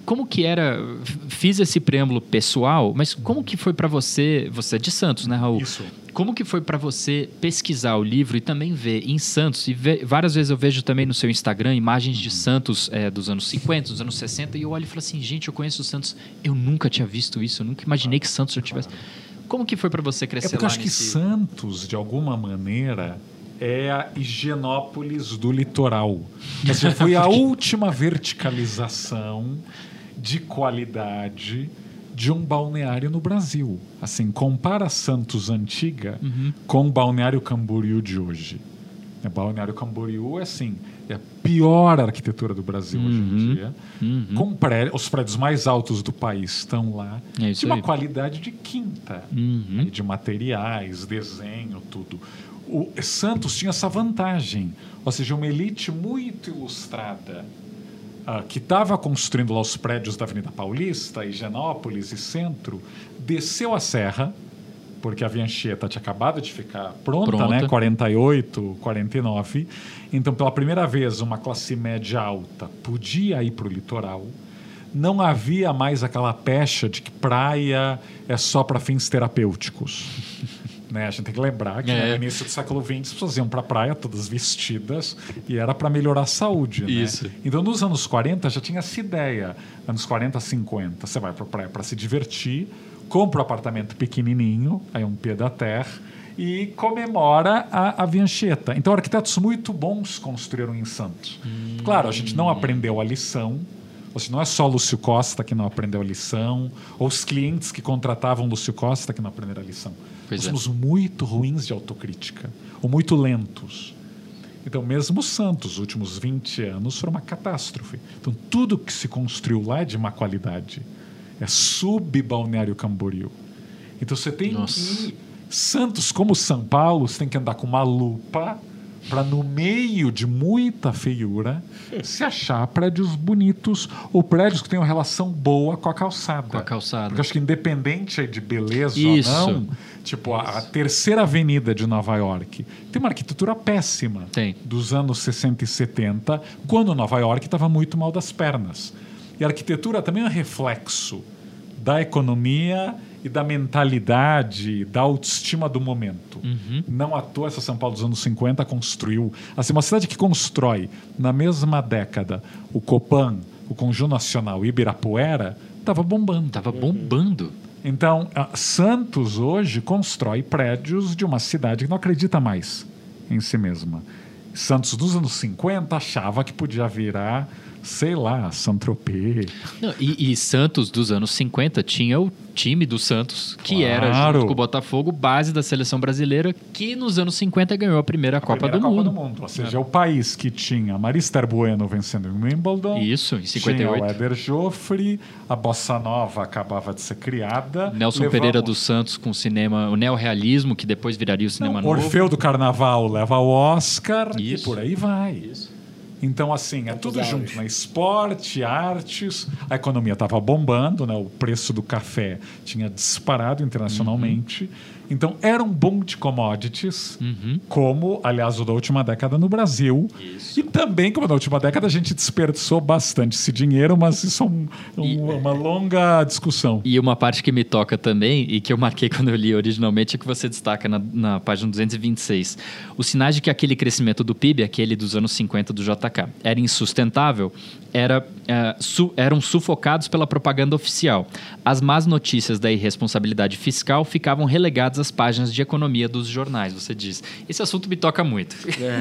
como que era... Fiz esse preâmbulo pessoal, mas como que foi para você... Você é de Santos, né, Raul? Isso. Como que foi para você pesquisar o livro e também ver em Santos? E ver, várias vezes eu vejo também no seu Instagram imagens de Santos é, dos anos cinquenta, dos anos sessenta, e eu olho e falo assim, gente, eu conheço o Santos, eu nunca tinha visto isso, eu nunca imaginei que Santos já tivesse... Como que foi para você crescer lá? É porque eu acho nesse... que Santos, de alguma maneira... é a Higienópolis do litoral. Essa foi a última verticalização de qualidade de um balneário no Brasil. Assim, compara Santos antiga uhum. com o Balneário Camboriú de hoje. O Balneário Camboriú é assim, é a pior arquitetura do Brasil uhum. hoje em dia. Uhum. Com pré, os prédios mais altos do país estão lá. É de uma aí. qualidade de quinta, uhum. né, de materiais, desenho, tudo. O Santos tinha essa vantagem, ou seja, uma elite muito ilustrada uh, que estava construindo lá os prédios da Avenida Paulista, Higienópolis e Centro, desceu a serra, porque a Via Anchieta tinha acabado de ficar pronta, pronta. né? quarenta e oito, quarenta e nove. Então, pela primeira vez, uma classe média alta podia ir para o litoral. Não havia mais aquela pecha de que praia é só para fins terapêuticos. Né? A gente tem que lembrar que é. no início do século vinte as pessoas iam para a praia todas vestidas e era para melhorar a saúde. Isso. Né? Então, nos anos quarenta já tinha essa ideia. Anos quarenta, cinquenta, você vai para a praia para se divertir, compra um apartamento pequenininho, aí um pied à terre, e comemora a, a Via Anchieta. Então, arquitetos muito bons construíram em Santos. Hum. Claro, a gente não aprendeu a lição. Ou seja, não é só Lúcio Costa que não aprendeu a lição, ou os clientes que contratavam Lúcio Costa que não aprenderam a lição. Pois Nós é. somos muito ruins de autocrítica, ou muito lentos. Então, mesmo Santos, os últimos vinte anos, foram uma catástrofe. Então, tudo que se construiu lá é de má qualidade. É sub-Balneário Camboriú. Então, você tem Nossa. que... Santos, como São Paulo, você tem que andar com uma lupa para, no meio de muita feiura, se achar prédios bonitos ou prédios que tenham relação boa com a calçada. Com a calçada. Porque acho que independente de beleza Isso. ou não, tipo, a, a terceira avenida de Nova York tem uma arquitetura péssima. Tem. Dos anos sessenta e setenta, quando Nova York estava muito mal das pernas. E a arquitetura também é um reflexo da economia e da mentalidade, da autoestima do momento. Uhum. Não à toa essa São Paulo dos anos cinquenta construiu... Assim, uma cidade que constrói, na mesma década, o Copan, o Conjunto Nacional e Ibirapuera, estava bombando. Estava bombando. Então, Santos hoje constrói prédios de uma cidade que não acredita mais em si mesma. Santos dos anos cinquenta achava que podia virar... sei lá, Saint-Tropez. Não, e, e Santos dos anos cinquenta tinha o time do Santos, que claro. era, junto com o Botafogo, base da seleção brasileira, que nos anos cinquenta ganhou a primeira, a Copa, primeira do, Copa mundo. do Mundo. Ou seja, é o país que tinha Marister Bueno vencendo em Wimbledon. Isso, em cinquenta e oito. Tinha o Éder Joffre, a Bossa Nova acabava de ser criada. Nelson Levamos... Pereira dos Santos com o cinema, o neorrealismo, que depois viraria o cinema Não, novo. Orfeu do Carnaval leva o Oscar. Isso. E por aí vai. Isso. Então, assim, é tudo junto, né? Esporte, artes, a economia estava bombando, né? O preço do café tinha disparado internacionalmente. Uhum. Então, era um boom de commodities, uhum. como, aliás, o da última década no Brasil. Isso. E também, como na última década, a gente desperdiçou bastante esse dinheiro, mas isso é um, um, e, uma longa discussão. E uma parte que me toca também, e que eu marquei quando eu li originalmente, é que você destaca na, na página duzentos e vinte e seis. Os sinais de que aquele crescimento do P I B, aquele dos anos cinquenta do J K, era insustentável, era, é, su, eram sufocados pela propaganda oficial. As más notícias da irresponsabilidade fiscal ficavam relegadas às páginas de economia dos jornais, você diz. Esse assunto me toca muito.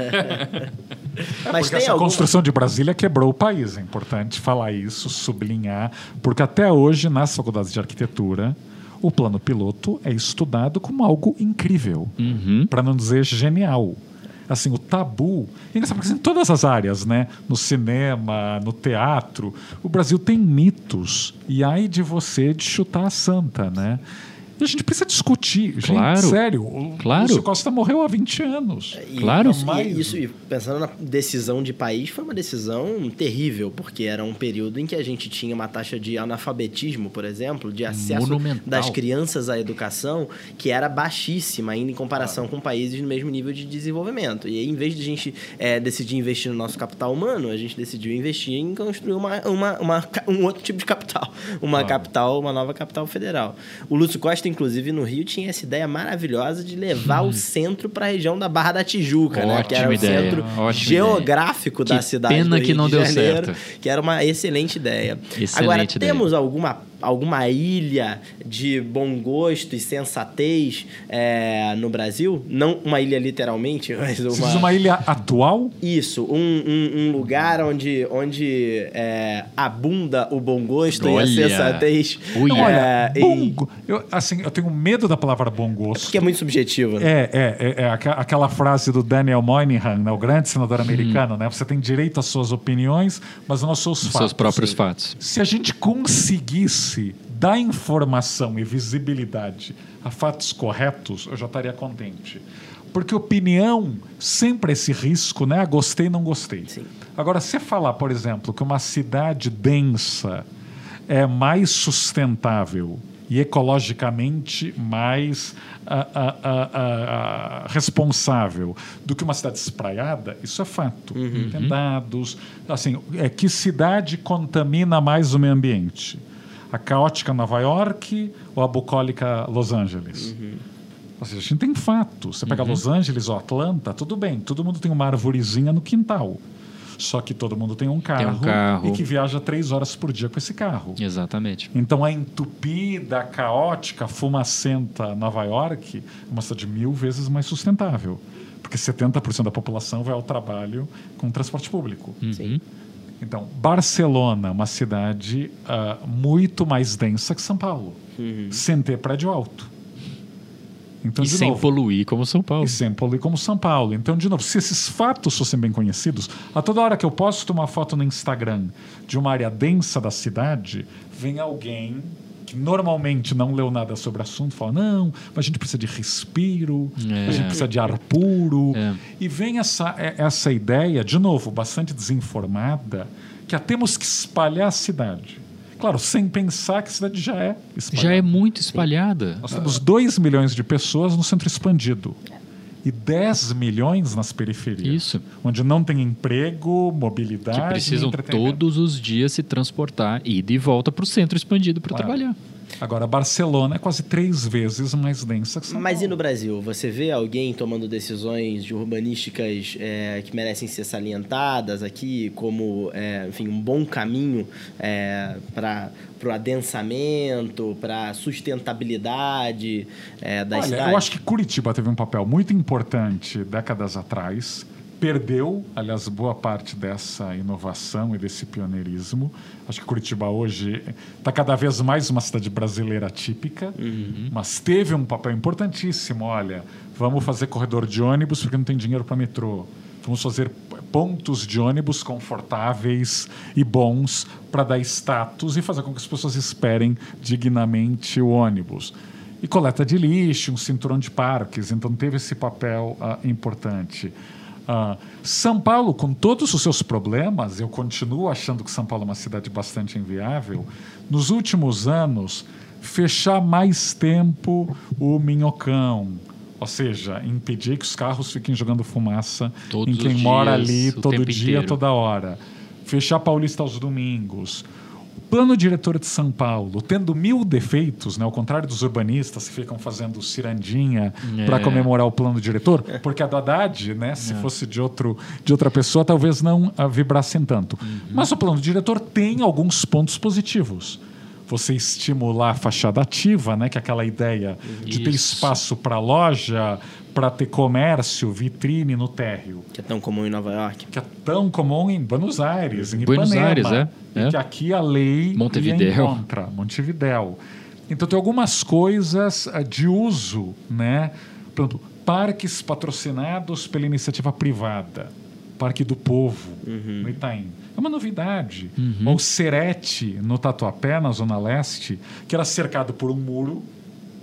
É. Mas porque essa alguma... construção de Brasília quebrou o país. É importante falar isso, sublinhar, porque até hoje, nas faculdades de arquitetura, o plano piloto é estudado como algo incrível, uhum. para não dizer genial. Assim, o tabu... Em todas as áreas, né? No cinema, no teatro, o Brasil tem mitos. E ai de você de chutar a santa, né? A gente precisa discutir. Claro. Gente, sério. O Claro. Lúcio Costa morreu há vinte anos. E Claro. Isso, Mais- e, isso, e pensando na decisão de país, foi uma decisão terrível, porque era um período em que a gente tinha uma taxa de analfabetismo, por exemplo, de acesso Monumental. das crianças à educação, que era baixíssima ainda em comparação com países no mesmo nível de desenvolvimento. E aí, em vez de a gente é, decidir investir no nosso capital humano, a gente decidiu investir em construir uma, uma, uma, um outro tipo de capital. Uma Ah. capital, uma nova capital federal. O Lúcio Costa, inclusive, no Rio, tinha essa ideia maravilhosa de levar o centro para a região da Barra da Tijuca, né? Que era Ótima o ideia, centro ótima geográfico ideia. da Que cidade pena do Rio que não de deu Janeiro, certo. que era uma excelente ideia. Excelente Agora, ideia. temos alguma, alguma ilha de bom gosto e sensatez é, no Brasil? Não uma ilha literalmente, mas Você diz uma... uma ilha atual? Isso, um, um, um lugar onde, onde é, abunda o bom gosto Olha. e a sensatez. Ui. Não, é, olha, e- bom, go- eu, assim, eu tenho medo da palavra bom gosto. Porque é muito subjetivo, né? É, é, é, é aqua- aquela frase do Daniel Moynihan, né, o grande senador americano, né? Você tem direito às suas opiniões, mas não aos seus Os fatos. seus próprios fatos. Se a gente conseguisse dar informação e visibilidade a fatos corretos, eu já estaria contente. Porque opinião sempre é esse risco, né? Ah, gostei, não gostei. Sim. Agora, se falar, por exemplo, que uma cidade densa é mais sustentável e ecologicamente mais ah, ah, ah, ah, responsável do que uma cidade espraiada, isso é fato. Tem dados. Assim, é, que cidade contamina mais o meio ambiente? A caótica Nova York ou a bucólica Los Angeles? Ou seja, a gente tem fato. Você pega Los Angeles ou Atlanta, tudo bem, todo mundo tem uma arvorezinha no quintal. Só que todo mundo tem um carro, carro. e que viaja três horas por dia com esse carro. Exatamente. Então a entupida, caótica, fumacenta Nova York é uma cidade mil vezes mais sustentável. Porque setenta por cento da população vai ao trabalho com transporte público. Uhum. Então, Barcelona, uma cidade ah, muito mais densa que São Paulo, sem ter prédio alto. Então, E de sem novo, poluir como São Paulo. e sem poluir como São Paulo. Então, de novo, se esses fatos fossem bem conhecidos, a toda hora que eu posto uma foto no Instagram de uma área densa da cidade, vem alguém que normalmente não leu nada sobre o assunto, fala, não, mas a gente precisa de respiro, É. a gente precisa de ar puro. É. E vem essa, é- essa ideia, de novo, bastante desinformada, que ah, temos que espalhar a cidade. Claro, sem pensar que a cidade já é espalhada. Já é muito espalhada. Nós temos dois milhões de pessoas no centro expandido e dez milhões nas periferias. Isso. Onde não tem emprego, mobilidade, Que precisam entretenimento. todos os dias se transportar e ir de volta para o centro expandido para Claro. trabalhar. Agora, Barcelona é quase três vezes mais densa que São Mas e Paulo. no Brasil? Você vê alguém tomando decisões de urbanísticas é, que merecem ser salientadas aqui como, é, enfim, um bom caminho é, para o adensamento, para a sustentabilidade é, da Olha, cidade? eu acho que Curitiba teve um papel muito importante décadas atrás. Perdeu, aliás, boa parte dessa inovação e desse pioneirismo. Acho que Curitiba hoje está cada vez mais uma cidade brasileira típica, mas teve um papel importantíssimo. Olha, vamos fazer corredor de ônibus porque não tem dinheiro para metrô. Vamos fazer pontos de ônibus confortáveis e bons para dar status e fazer com que as pessoas esperem dignamente o ônibus. E coleta de lixo, um cinturão de parques. Então, teve esse papel ah, importante. Ah, São Paulo, com todos os seus problemas, eu continuo achando que São Paulo é uma cidade bastante inviável. Nos últimos anos, fechar mais tempo o Minhocão, ou seja, impedir que os carros fiquem jogando fumaça Todos em quem os mora dias, ali o todo tempo dia, inteiro. toda hora. Fechar Paulista aos domingos. Plano diretor de São Paulo, tendo mil defeitos, né, ao contrário dos urbanistas que ficam fazendo cirandinha É. para comemorar o plano diretor, porque a do Haddad, né, se fosse de, outro, de outra pessoa, talvez não a vibrassem tanto. Mas o plano diretor tem alguns pontos positivos. Você estimular a fachada ativa, né, que é aquela ideia de ter Isso. espaço para loja, para ter comércio, vitrine no térreo, Que é tão comum em Nova York. que é tão comum em Buenos Aires, em Buenos Ipanema, Aires, é, e é. que aqui a lei Montevidéu. ia em contra, Montevidéu. Então tem algumas coisas ah, de uso, né? Por exemplo, parques patrocinados pela iniciativa privada, Parque do Povo, no Itaim. É uma novidade. Ou Serete, no Tatuapé, na Zona Leste, que era cercado por um muro,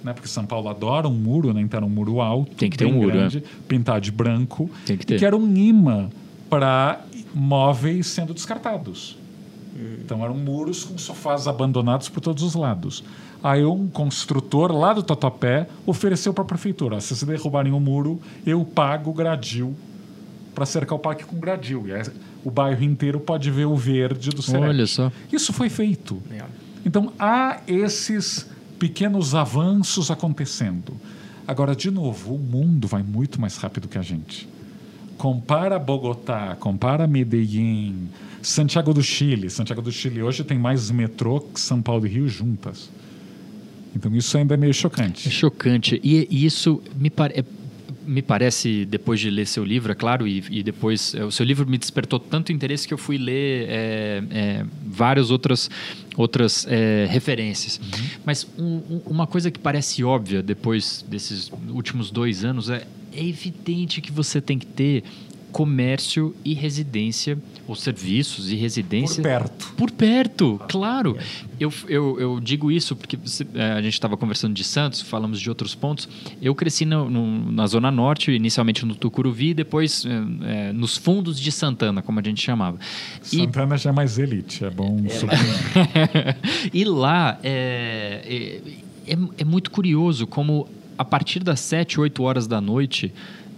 né? Porque São Paulo adora um muro, né? Então era um muro alto, tem que ter um muro, grande, é. pintado de branco, tem que ter. e que era um imã para móveis sendo descartados. Hum. Então eram muros com sofás abandonados por todos os lados. Aí um construtor lá do Tatuapé ofereceu para a prefeitura: se vocês derrubarem o muro, eu pago gradil para cercar o parque com gradil. E aí, o bairro inteiro pode ver o verde do Serete. Olha só. Isso foi feito. É. Então, há esses pequenos avanços acontecendo. Agora, de novo, o mundo vai muito mais rápido que a gente. Compara Bogotá, compara Medellín, Santiago do Chile. Santiago do Chile hoje tem mais metrô que São Paulo e Rio juntas. Então, isso ainda é meio chocante. É chocante. E, e isso me parece... Me parece, depois de ler seu livro, é claro, e, e depois... É, o seu livro me despertou tanto interesse que eu fui ler é, é, várias outras, outras é, referências. Uhum. Mas um, um, uma coisa que parece óbvia depois desses últimos dois anos é, é evidente que você tem que ter comércio e residência, ou serviços e residência... Por perto. Por perto, claro. Eu, eu, eu digo isso porque você, a gente estava conversando de Santos, falamos de outros pontos. Eu cresci no, no, na Zona Norte, inicialmente no Tucuruvi, depois é, nos fundos de Santana, como a gente chamava. Santana e... já é mais elite, é bom sublinhar. E lá é, é, é, é muito curioso como a partir das sete, oito horas da noite...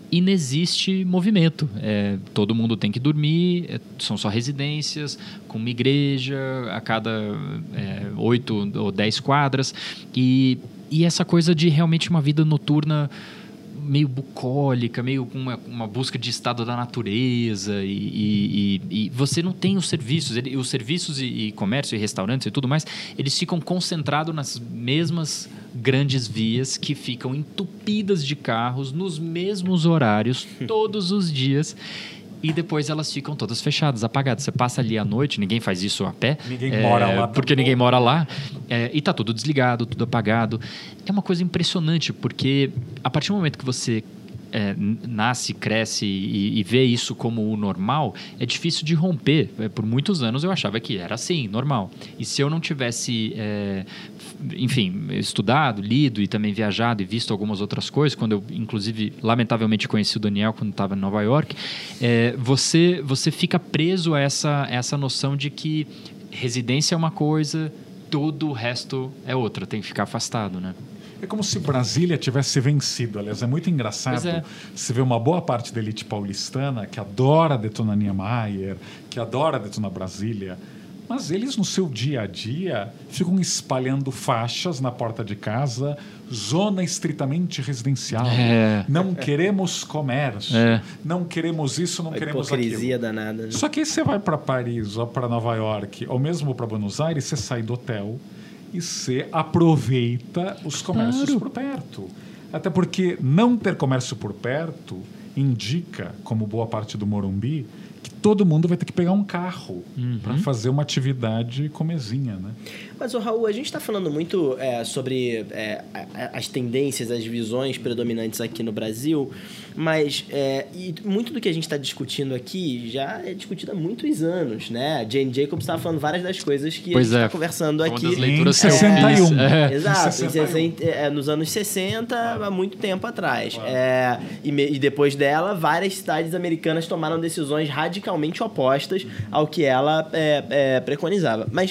inexiste movimento. É, todo mundo tem que dormir, é, são só residências, com uma igreja a cada é, oito ou dez quadras. E, e essa coisa de realmente uma vida noturna meio bucólica, meio com uma, uma busca de estado da natureza. E, e, e, e você não tem os serviços. Ele, os serviços e, e comércio e restaurantes e tudo mais, eles ficam concentrados nas mesmas grandes vias que ficam entupidas de carros nos mesmos horários, todos os dias, e depois elas ficam todas fechadas, apagadas. Você passa ali à noite, ninguém faz isso a pé. Ninguém é, mora lá. Porque ninguém mora lá. É, e está tudo desligado, tudo apagado. É uma coisa impressionante, porque a partir do momento que você É, nasce, cresce e, e vê isso como o normal, é difícil de romper. É, por muitos anos eu achava que era assim, normal. E se eu não tivesse, é, enfim, estudado, lido e também viajado e visto algumas outras coisas, quando eu, inclusive, lamentavelmente conheci o Daniel quando estava em Nova York, é, você, você fica preso a essa, essa noção de que residência é uma coisa, todo o resto é outra, tem que ficar afastado, né? É como se Brasília tivesse vencido. Aliás, é muito engraçado. É. Você vê uma boa parte da elite paulistana que adora detonar Niemeyer, que adora detonar Brasília, mas eles, no seu dia a dia, ficam espalhando faixas na porta de casa, zona estritamente residencial. É. Não queremos comércio, é. não queremos isso, não a queremos hipocrisia aquilo. danada. Né? Só que aí você vai para Paris ou para Nova York, ou mesmo para Buenos Aires, você sai do hotel e você aproveita os comércios Claro. por perto. Até porque não ter comércio por perto indica, como boa parte do Morumbi, que todo mundo vai ter que pegar um carro uhum. para fazer uma atividade comezinha, né? Mas, ô, Raul, a gente está falando muito é, sobre é, as tendências, as visões predominantes aqui no Brasil, mas é, e muito do que a gente está discutindo aqui já é discutido há muitos anos, né? A Jane Jacobs estava falando várias das coisas que pois a gente é. está conversando Foi uma aqui. das leituras em sessenta e um. É. Exato, em sessenta e um. É, nos anos sessenta, há muito tempo atrás. Claro. É, e, me, e depois dela, várias cidades americanas tomaram decisões radicalmente opostas ao que ela é, é, preconizava. Mas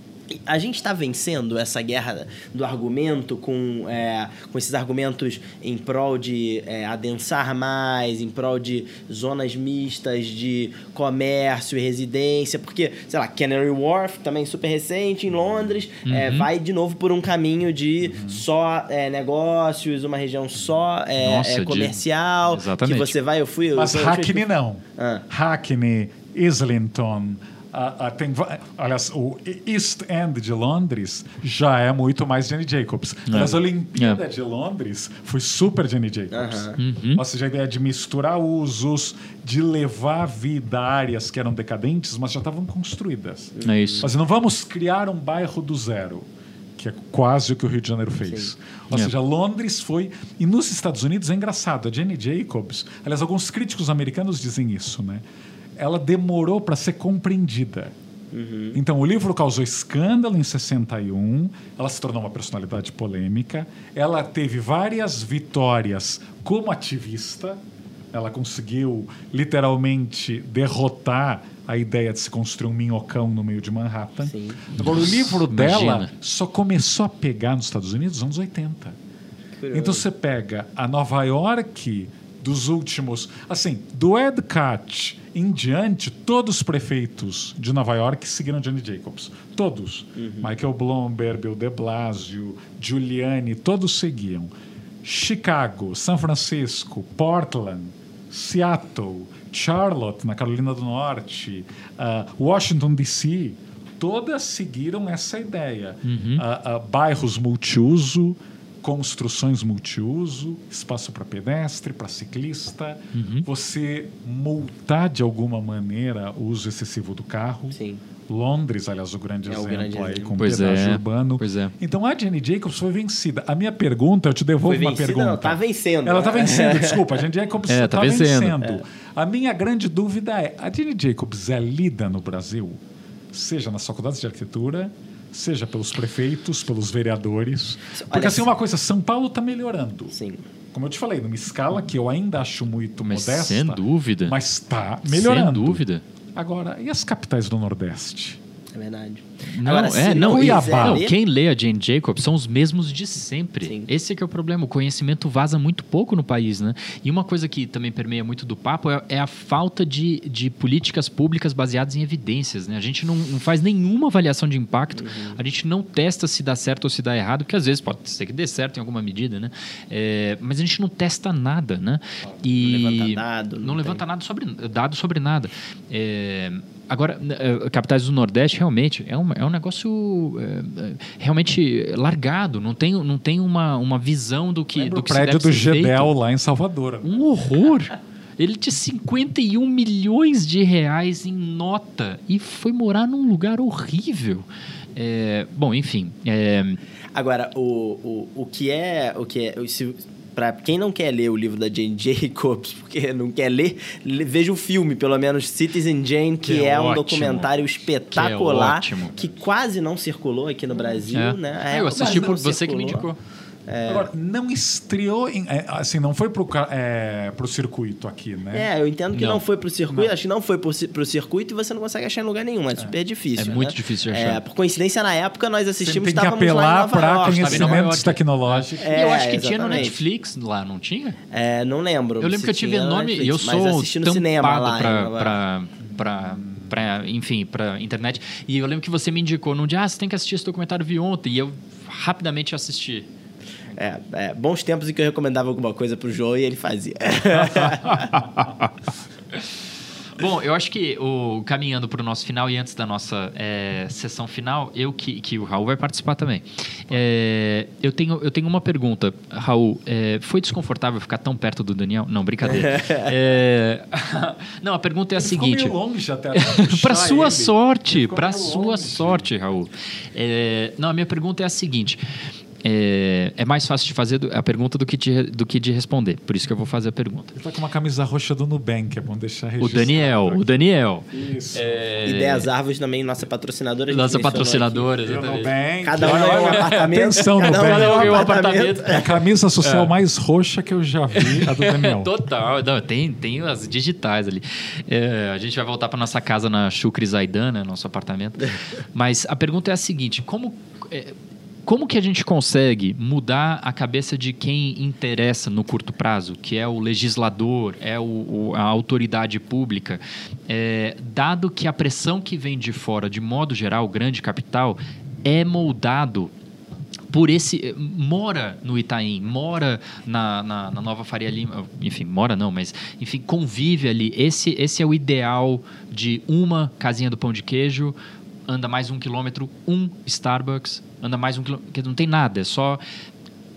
a gente está vencendo essa guerra do argumento com, é, com esses argumentos em prol de é, adensar mais, em prol de zonas mistas de comércio e residência, porque, sei lá, Canary Wharf, também super recente, em Londres, uhum. é, vai de novo por um caminho de uhum. só é, negócios, uma região só é, Nossa, é, comercial, de... que você vai... Eu fui, Mas eu, Hackney eu, não. Ah. Hackney, Islington... Uh, uh, tem, aliás, o East End de Londres já é muito mais Jane Jacobs. É. Mas a Olimpíada é. de Londres foi super Jane Jacobs. Uh-huh. Uhum. Ou seja, a ideia de misturar usos, de levar a vida a áreas que eram decadentes, mas já estavam construídas. É isso. Mas não vamos criar um bairro do zero, que é quase o que o Rio de Janeiro fez. Sim. Ou é. seja, Londres foi... E nos Estados Unidos é engraçado. A Jane Jacobs... Aliás, alguns críticos americanos dizem isso, né? Ela demorou para ser compreendida. Uhum. Então, o livro causou escândalo em sessenta e um, ela se tornou uma personalidade polêmica, ela teve várias vitórias como ativista, ela conseguiu literalmente derrotar a ideia de se construir um minhocão no meio de Manhattan. Sim. Agora, o livro Imagina. dela só começou a pegar nos Estados Unidos nos anos oitenta. Então, você pega a Nova York dos últimos... Assim, do Ed Catch em diante, todos os prefeitos de Nova York seguiram Jane Jacobs. Todos. Uhum. Michael Bloomberg, Bill de Blasio, Giuliani, todos seguiam. Chicago, São Francisco, Portland, Seattle, Charlotte, na Carolina do Norte, uh, Washington, D C, todas seguiram essa ideia. Uhum. Uh, uh, bairros multiuso, construções multiuso, espaço para pedestre, para ciclista, uhum. você multar de alguma maneira o uso excessivo do carro. Sim. Londres, aliás, o grande é exemplo o grande aí, exemplo. com pois pedágio é, urbano. Pois é. Então, a Jane Jacobs foi vencida. A minha pergunta, eu te devolvo foi uma vencida, pergunta. Não, tá vencendo. Ela né? tá vencendo, desculpa. A Jane Jacobs é, tá, tá vencendo. vencendo. É. A minha grande dúvida é, a Jane Jacobs é lida no Brasil, seja nas faculdades de arquitetura, seja pelos prefeitos, pelos vereadores. Porque, Olha, assim, uma coisa, São Paulo está melhorando. Sim. Como eu te falei, numa escala que eu ainda acho muito Mas modesta. sem dúvida. Mas está melhorando. Sem dúvida. Agora, e as capitais do Nordeste? É verdade. Não, Agora, é, se não, Cuiabá. não, quem lê a Jane Jacobs são os mesmos de sempre. Sim. Esse é que é o problema. O conhecimento vaza muito pouco no país, né? E uma coisa que também permeia muito do papo é, é a falta de, de políticas públicas baseadas em evidências, né? A gente não, não faz nenhuma avaliação de impacto, uhum. a gente não testa se dá certo ou se dá errado, porque às vezes pode ser que dê certo em alguma medida, né? É, mas a gente não testa nada, né? E não levanta dado. Não, não levanta nada sobre, dado sobre nada. É... Agora, capitais do Nordeste, realmente, é um, é um negócio é, realmente largado. Não tem, não tem uma, uma visão do que, do que o prédio se deve do ser Gedel feito. lá em Salvador. Um horror. Ele tinha cinquenta e um milhões de reais em nota e foi morar num lugar horrível. É, bom, enfim. É... Agora, o, o, o que é... O que é se, para quem não quer ler o livro da Jane Jacobs, porque não quer ler, veja o filme, pelo menos Citizen Jane, que, que é, é um documentário espetacular, que, é que quase não circulou aqui no Brasil, é. né? É, eu assisti por você circulou. Que me indicou. É... Agora, não estreou, em, assim, não foi pro, é, pro circuito aqui, né? É, eu entendo que não, não foi pro circuito, não. acho que não foi pro, pro circuito e você não consegue achar em lugar nenhum, é, é. super difícil. É né? muito difícil de achar. É, por coincidência, na época, nós assistimos, você tem que estávamos lá em Nova apelar para York, conhecimentos tecnológicos. É, eu acho que exatamente. tinha no Netflix lá, não tinha? É, não lembro. Eu lembro que eu tive nome, e eu sou tampado para... para Pra, enfim, pra internet. E eu lembro que você me indicou num dia, ah, você tem que assistir esse documentário, vi ontem. E eu rapidamente assisti. É, é, bons tempos em que eu recomendava alguma coisa pro João e ele fazia. Bom, eu acho que o, caminhando para o nosso final e antes da nossa é, sessão final, eu que, que o Raul vai participar também. É, eu, tenho, eu tenho uma pergunta, Raul. É, foi desconfortável ficar tão perto do Daniel? Não, brincadeira. é, não, a pergunta é a ele seguinte. Ficou meio longe até. Para sua ele. sorte, para sua longe. sorte, Raul. É, não, a minha pergunta é a seguinte. É, é mais fácil de fazer a pergunta do que, de, do que de responder. Por isso que eu vou fazer a pergunta. Ele está com uma camisa roxa do Nubank, é bom deixar registrado. O Daniel, aqui. o Daniel. Isso. É... Ideias Árvores também, nossa patrocinadora. Nossa patrocinadora, exatamente. Nubank. Cada um ganhou um apartamento. Atenção, Cada Nubank. um ganhou um um apartamento. apartamento. É a camisa social é. mais roxa que eu já vi, a do Daniel. Total. Não, tem, tem as digitais ali. É, a gente vai voltar para nossa casa na Chucre Zaidan, né, nosso apartamento. Mas a pergunta é a seguinte, como... É, Como que a gente consegue mudar a cabeça de quem interessa no curto prazo, que é o legislador, é o, o, a autoridade pública, é, dado que a pressão que vem de fora, de modo geral, o grande capital, é moldado por esse... Mora no Itaim, mora na, na, na Nova Faria Lima, enfim, mora não, mas enfim, convive ali. Esse, esse é o ideal de uma casinha do pão de queijo, anda mais um quilômetro, um Starbucks, anda mais um quilômetro, não tem nada, é só...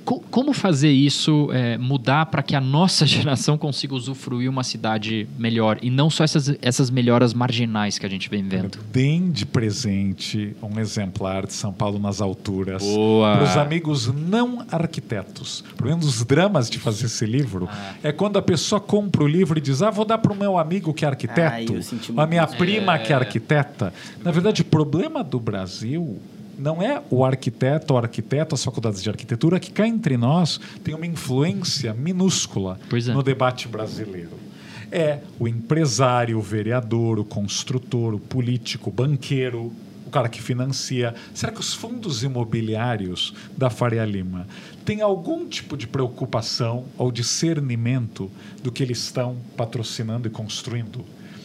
co- como fazer isso é, mudar para que a nossa geração consiga usufruir uma cidade melhor e não só essas, essas melhoras marginais que a gente vem vendo? Deem de presente um exemplar de São Paulo nas alturas Boa. para os amigos não arquitetos. Por exemplo, um dos dramas de fazer esse livro Ah. é quando a pessoa compra o livro e diz: ah, vou dar para o meu amigo que é arquiteto, Ai, eu senti a muito minha isso. prima É. que é arquiteta. Na verdade, o problema do Brasil não é o arquiteto ou arquiteto, as faculdades de arquitetura, que cá entre nós tem uma influência minúscula Pois é. no debate brasileiro. É o empresário, o vereador, o construtor, o político, o banqueiro, o cara que financia. Será que os fundos imobiliários da Faria Lima têm algum tipo de preocupação ou discernimento do que eles estão patrocinando e construindo?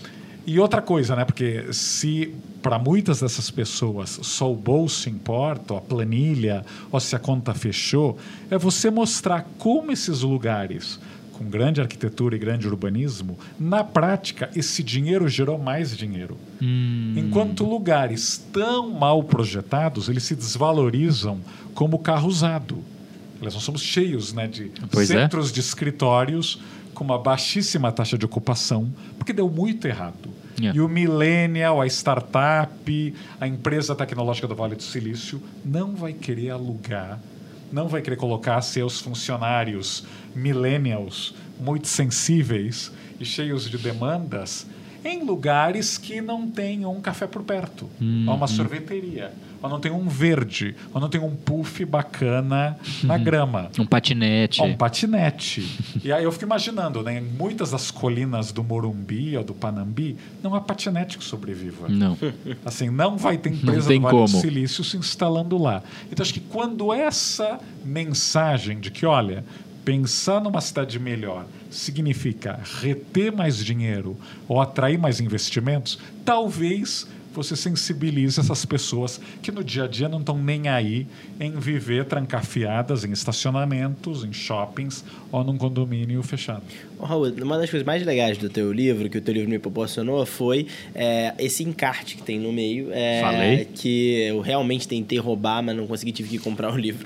E outra coisa, né? Porque se para muitas dessas pessoas só o bolso importa, ou a planilha, ou se a conta fechou, é você mostrar como esses lugares com grande arquitetura e grande urbanismo, na prática, esse dinheiro gerou mais dinheiro. Hum. Enquanto lugares tão mal projetados, eles se desvalorizam como carro usado. Aliás, nós somos cheios, né, de Pois é. centros de escritórios com uma baixíssima taxa de ocupação, porque deu muito errado. Yeah. E o millennial, a startup, a empresa tecnológica do Vale do Silício não vai querer alugar, não vai querer colocar seus funcionários millennials muito sensíveis e cheios de demandas em lugares que não tem um café por perto, Hum, ou uma hum. sorveteria, ou não tem um verde, ou não tem um puff bacana na grama. Um patinete. Ou um patinete. E aí eu fico imaginando, né, em muitas das colinas do Morumbi ou do Panambi, não há patinete que sobreviva. Não. Assim, não vai ter empresa tem do Vale do como. Silício se instalando lá. Então, acho que quando essa mensagem de que, olha, pensar numa cidade melhor significa reter mais dinheiro ou atrair mais investimentos, talvez você sensibilize essas pessoas que no dia a dia não estão nem aí em viver trancafiadas em estacionamentos, em shoppings ou num condomínio fechado. Ô, Raul, uma das coisas mais legais do teu livro, que o teu livro me proporcionou, foi é, esse encarte que tem no meio. É, Falei. Que eu realmente tentei roubar, mas não consegui, tive que comprar o livro.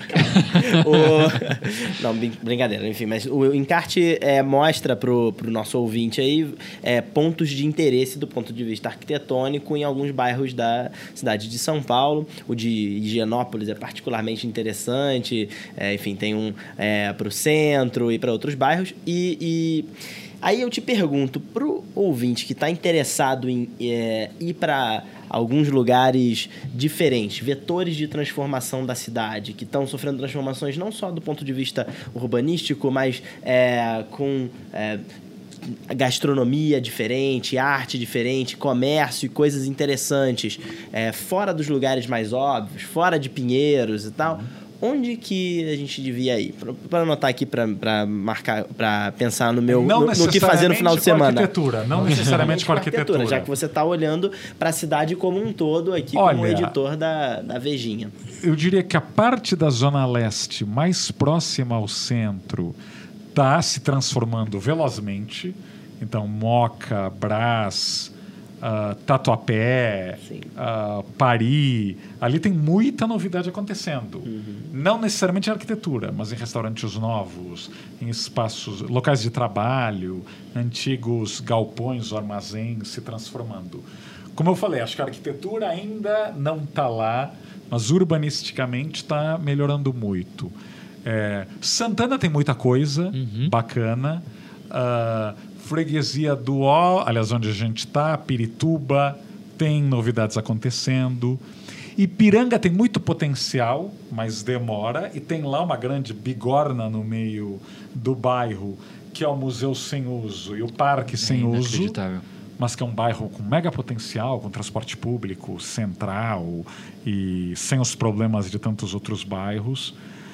o... Não, brin- brincadeira, enfim. Mas o encarte é, mostra pro, pro nosso ouvinte aí é, pontos de interesse do ponto de vista arquitetônico em alguns bairros da cidade de São Paulo. O de Higienópolis é particularmente interessante. É, enfim, tem um é, para o centro e para outros bairros. E... e aí eu te pergunto, pro ouvinte que está interessado em é, ir para alguns lugares diferentes, vetores de transformação da cidade, que estão sofrendo transformações não só do ponto de vista urbanístico, mas é, com é, gastronomia diferente, arte diferente, comércio e coisas interessantes, é, fora dos lugares mais óbvios, fora de Pinheiros e tal. Onde que a gente devia ir? Para anotar aqui, para marcar, para pensar no meu Não no, no que fazer no final de necessariamente com semana. arquitetura, não necessariamente com arquitetura. Já que você está olhando para a cidade como um todo aqui, Olha, como editor da, da Vejinha. Eu diria que a parte da Zona Leste mais próxima ao centro está se transformando velozmente. Então, Moca, Brás, uh, Tatuapé, uh, Paris, ali tem muita novidade acontecendo. Uhum. Não necessariamente em arquitetura, mas em restaurantes novos, em espaços, locais de trabalho, antigos galpões ou armazéns se transformando. Como eu falei, acho que a arquitetura ainda não está lá, mas urbanisticamente está melhorando muito. É, Santana tem muita coisa Uhum. bacana. Uh, Freguesia do Ó, aliás, onde a gente está, Pirituba, tem novidades acontecendo. Ipiranga tem muito potencial, mas demora. E tem lá uma grande bigorna no meio do bairro, que é o Museu Sem Uso e o Parque Sem É Uso. inacreditável. Mas que é um bairro com mega potencial, com transporte público central e sem os problemas de tantos outros bairros.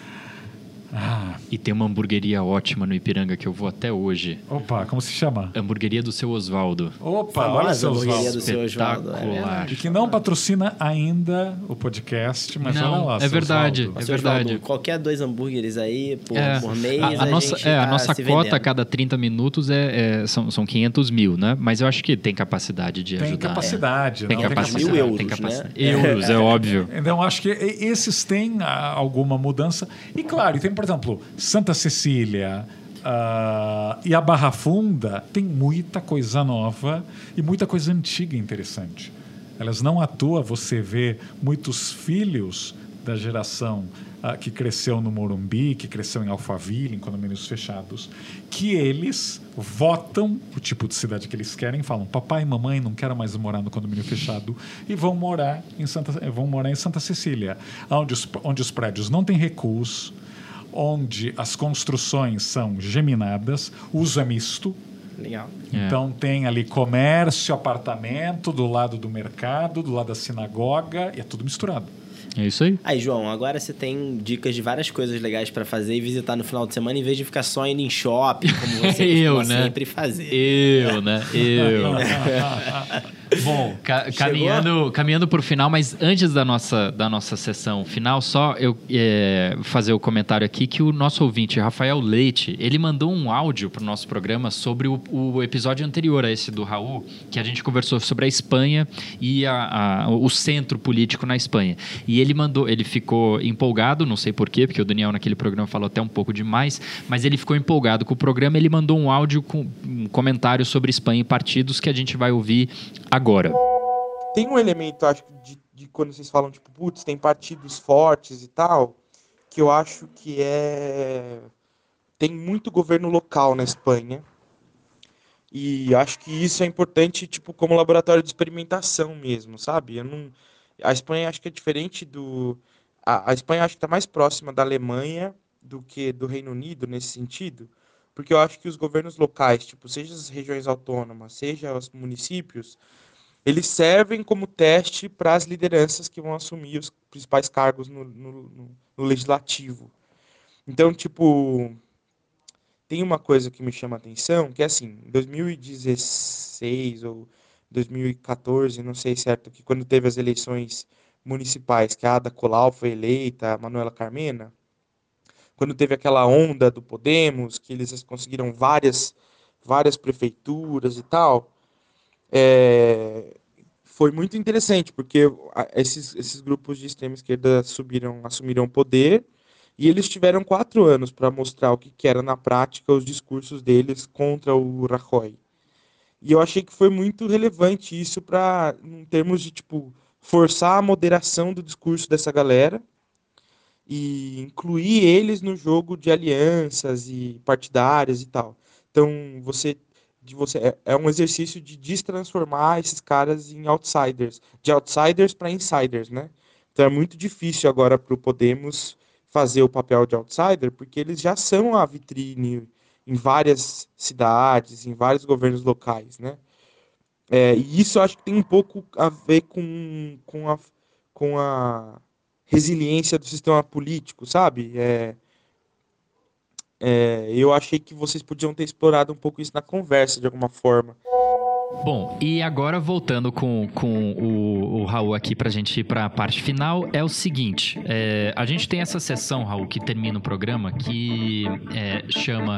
Ah, E tem uma hamburgueria ótima no Ipiranga que eu vou até hoje. opa, como se chama? Hamburgueria do Seu Osvaldo. Opa, Famosa olha seu hamburgueria Osvaldo. do Seu Osvaldo. É Espetacular. verdade. E que não patrocina ainda o podcast, mas Não, olha lá. é seu verdade. Osvaldo. É Seu verdade. Osvaldo, qualquer dois hambúrgueres aí por, É, por mês, a, a, a nossa, gente é, a tá nossa se cota vendendo. a cada trinta minutos é, é- são, são quinhentos mil, né? Mas eu acho que tem capacidade de Tem ajudar. capacidade. Tem não, capacidade. Mil euros, tem capacidade. né? Euros, é óbvio. Então, acho que esses têm ah, alguma mudança. E, claro, tem, por por exemplo, Santa Cecília uh, e a Barra Funda tem muita coisa nova e muita coisa antiga interessante. Elas não à toa você vê muitos filhos da geração uh, que cresceu no Morumbi, que cresceu em Alphaville, em condomínios fechados, que eles votam o tipo de cidade que eles querem, falam, papai e mamãe, não quero mais morar no condomínio fechado, e vão morar em Santa, vão morar em Santa Cecília, onde os, onde os prédios não têm recuos, onde as construções são geminadas, o uso é misto. Legal. Então é. tem ali comércio, apartamento, do lado do mercado, do lado da sinagoga, e é tudo misturado. É isso aí. Aí, João, agora você tem dicas de várias coisas legais para fazer e visitar no final de semana, em vez de ficar só indo em shopping, como você eu, costuma né? sempre fazer. Eu, né? Eu. Bom, ca caminhando, caminhando para o final, mas antes da nossa, da nossa sessão final, só eu é, fazer o comentário aqui que o nosso ouvinte, Rafael Leite, ele mandou um áudio para o nosso programa sobre o, o episódio anterior a esse do Raul, que a gente conversou sobre a Espanha e a, a, o centro político na Espanha. E ele mandou, ele ficou empolgado, não sei porquê, porque o Daniel naquele programa falou até um pouco demais, mas ele ficou empolgado com o programa, ele mandou um áudio com um comentário sobre Espanha e partidos que a gente vai ouvir agora. Tem um elemento, acho, de, de quando vocês falam, tipo, putz, tem partidos fortes e tal, que eu acho que é... Tem muito governo local na Espanha. E acho que isso é importante, tipo, como laboratório de experimentação mesmo, sabe? Eu não... A Espanha acho que é diferente do... A, a Espanha acho que está mais próxima da Alemanha do que do Reino Unido nesse sentido, porque eu acho que os governos locais, tipo, seja as regiões autônomas, seja os municípios, eles servem como teste para as lideranças que vão assumir os principais cargos no, no, no legislativo. Então, tipo, tem uma coisa que me chama a atenção, que é assim, em dois mil e dezesseis ou dois mil e quatorze, não sei certo, que quando teve as eleições municipais, que a Ada Colau foi eleita, a Manuela Carmena, quando teve aquela onda do Podemos, que eles conseguiram várias, várias prefeituras e tal, é, foi muito interessante, porque esses, esses grupos de extrema esquerda subiram, assumiram o poder, e eles tiveram quatro anos para mostrar o que, que era na prática os discursos deles contra o Rajoy. E eu achei que foi muito relevante isso para, em termos de, tipo, forçar a moderação do discurso dessa galera e incluir eles no jogo de alianças e partidárias e tal. Então, você, de você é, é um exercício de destransformar esses caras em outsiders, de outsiders para insiders, né? Então, é muito difícil agora para o Podemos fazer o papel de outsider, porque eles já são a vitrine em várias cidades, em vários governos locais, né? É, e isso eu acho que tem um pouco a ver com, com, a, com a resiliência do sistema político, sabe? É, é, eu achei que vocês podiam ter explorado um pouco isso na conversa, de alguma forma. Bom, e agora voltando com, com o, o Raul aqui pra gente ir pra parte final, é o seguinte, é, a gente tem essa sessão, Raul, que termina o programa, que é, chama...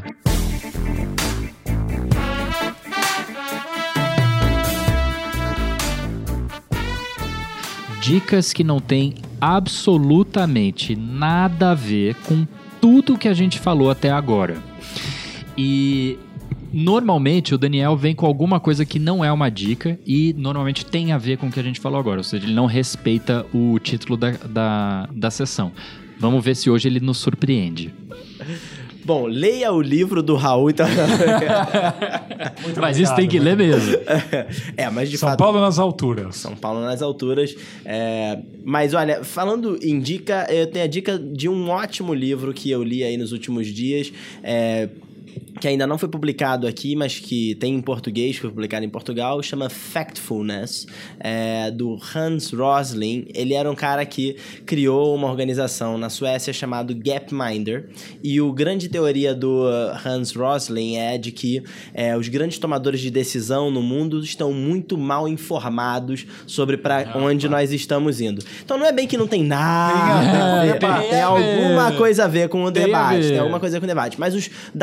Dicas que não tem absolutamente nada a ver com tudo que a gente falou até agora. E... normalmente o Daniel vem com alguma coisa que não é uma dica e normalmente tem a ver com o que a gente falou agora, ou seja, ele não respeita o título da, da, da sessão. Vamos ver se hoje ele nos surpreende. Bom, leia o livro do Raul, então... Mas isso tem que ler mesmo. É, mas de São fato... Paulo nas alturas. São Paulo nas alturas. É... Mas olha, falando em dica, eu tenho a dica de um ótimo livro que eu li aí nos últimos dias, é... que ainda não foi publicado aqui, mas que tem em português, foi publicado em Portugal, chama Factfulness, é, do Hans Rosling. Ele era um cara que criou uma organização na Suécia chamada Gapminder, e a grande teoria do Hans Rosling é de que é, os grandes tomadores de decisão no mundo estão muito mal informados sobre para onde nós estamos indo. Então não é bem que não tem nada a ver, tem, tem alguma coisa a ver com o debate, tem alguma coisa a ver com o debate, mas os dados que o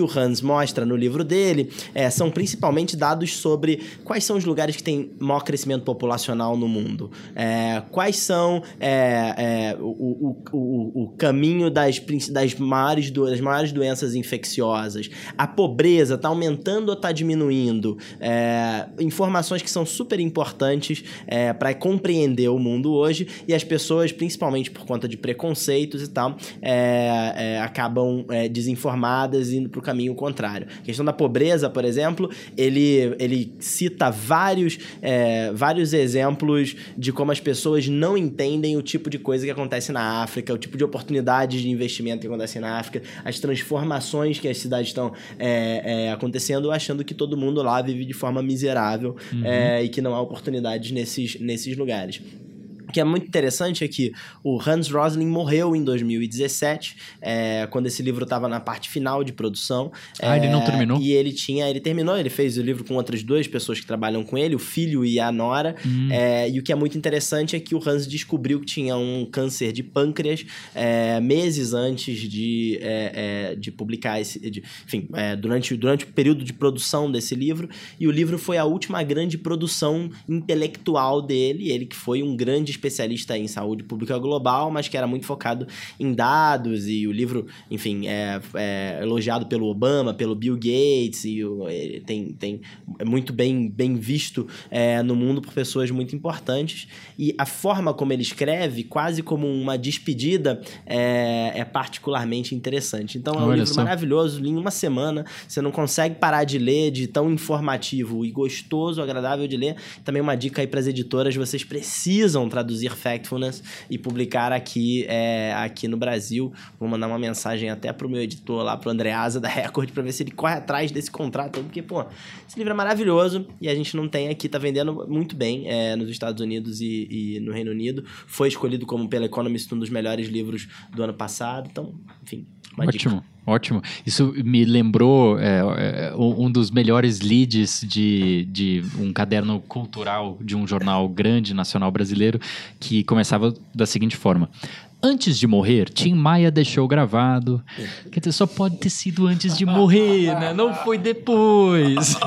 o Hans mostra no livro dele é, são principalmente dados sobre quais são os lugares que têm maior crescimento populacional no mundo. É, quais são é, é, o, o, o, o caminho das, das, maiores, das maiores doenças infecciosas. A pobreza está aumentando ou está diminuindo? É, informações que são super importantes é, para compreender o mundo hoje, e as pessoas, principalmente por conta de preconceitos e tal, é, é, acabam é, desinformadas e indo para o caminho contrário. A questão da pobreza, por exemplo, ele, ele cita vários, é, vários exemplos de como as pessoas não entendem o tipo de coisa que acontece na África, o tipo de oportunidades de investimento que acontecem na África, as transformações que as cidades estão é, é, acontecendo, achando que todo mundo lá vive de forma miserável uhum. é, e que não há oportunidades nesses, nesses lugares. O que é muito interessante é que o Hans Rosling morreu em dois mil e dezessete, é, quando esse livro estava na parte final de produção. Ah, é, ele não terminou? E ele tinha, ele terminou, ele fez o livro com outras duas pessoas que trabalham com ele, o filho e a nora. Hum. É, e o que é muito interessante é que o Hans descobriu que tinha um câncer de pâncreas é, meses antes de, é, é, de publicar esse... De, enfim, é, durante, durante o período de produção desse livro. E o livro foi a última grande produção intelectual dele, ele que foi um grande especialista em saúde pública global, mas que era muito focado em dados, e o livro, enfim, é, é elogiado pelo Obama, pelo Bill Gates, e o, ele tem, tem, é muito bem, bem visto é, no mundo por pessoas muito importantes, e a forma como ele escreve, quase como uma despedida, é, é particularmente interessante. Então é um Olha livro só. maravilhoso, em uma semana, você não consegue parar de ler, de tão informativo e gostoso, agradável de ler. Também uma dica aí para as editoras, vocês precisam traduzir Factfulness e publicar aqui, é, aqui no Brasil. Vou mandar uma mensagem até pro meu editor lá, pro Andreasa da Record, pra ver se ele corre atrás desse contrato, porque, pô, esse livro é maravilhoso e a gente não tem aqui, tá vendendo muito bem é, nos Estados Unidos e, e no Reino Unido. Foi escolhido como pela Economist um dos melhores livros do ano passado, então, enfim, uma Ótimo. dica. Ótimo. Isso me lembrou é, é, um dos melhores leads de, de um caderno cultural de um jornal grande nacional brasileiro, que começava da seguinte forma: antes de morrer, Tim Maia deixou gravado. Quer dizer, só pode ter sido antes de morrer, né? Não foi depois.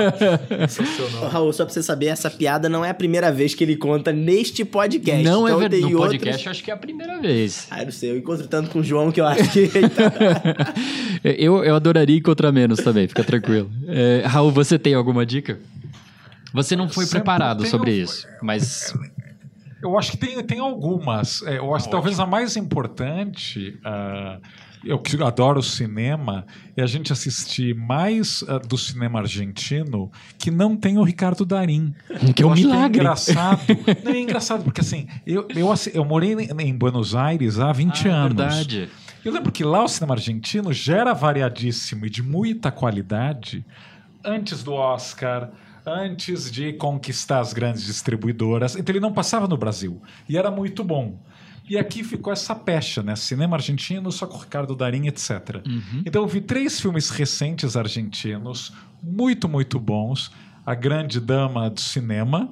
Ô, Raul, só pra você saber, essa piada não é a primeira vez que ele conta neste podcast. Não então, é verdade. No outros... podcast, eu acho que é a primeira vez. Ah, não sei. Eu encontro tanto com o João que eu acho que... eu, eu adoraria encontrar menos também, fica tranquilo. É, Raul, você tem alguma dica? Você não foi Sempre preparado tenho... sobre isso, mas... Eu acho que tem, tem algumas. É, eu acho que talvez a mais importante, uh, eu que adoro cinema, é a gente assistir mais uh, do cinema argentino que não tem o Ricardo Darín. Que é um eu acho milagre. Que é engraçado. Não, é engraçado, porque assim, eu, eu, eu morei em Buenos Aires há vinte ah, anos. Verdade. Eu lembro que lá o cinema argentino já era variadíssimo e de muita qualidade antes do Oscar, antes de conquistar as grandes distribuidoras. Então ele não passava no Brasil. E era muito bom. E aqui ficou essa pecha, né? Cinema argentino, só com Ricardo Darín, etcétera. Uhum. Então eu vi três filmes recentes argentinos, muito, muito bons. A Grande Dama do Cinema,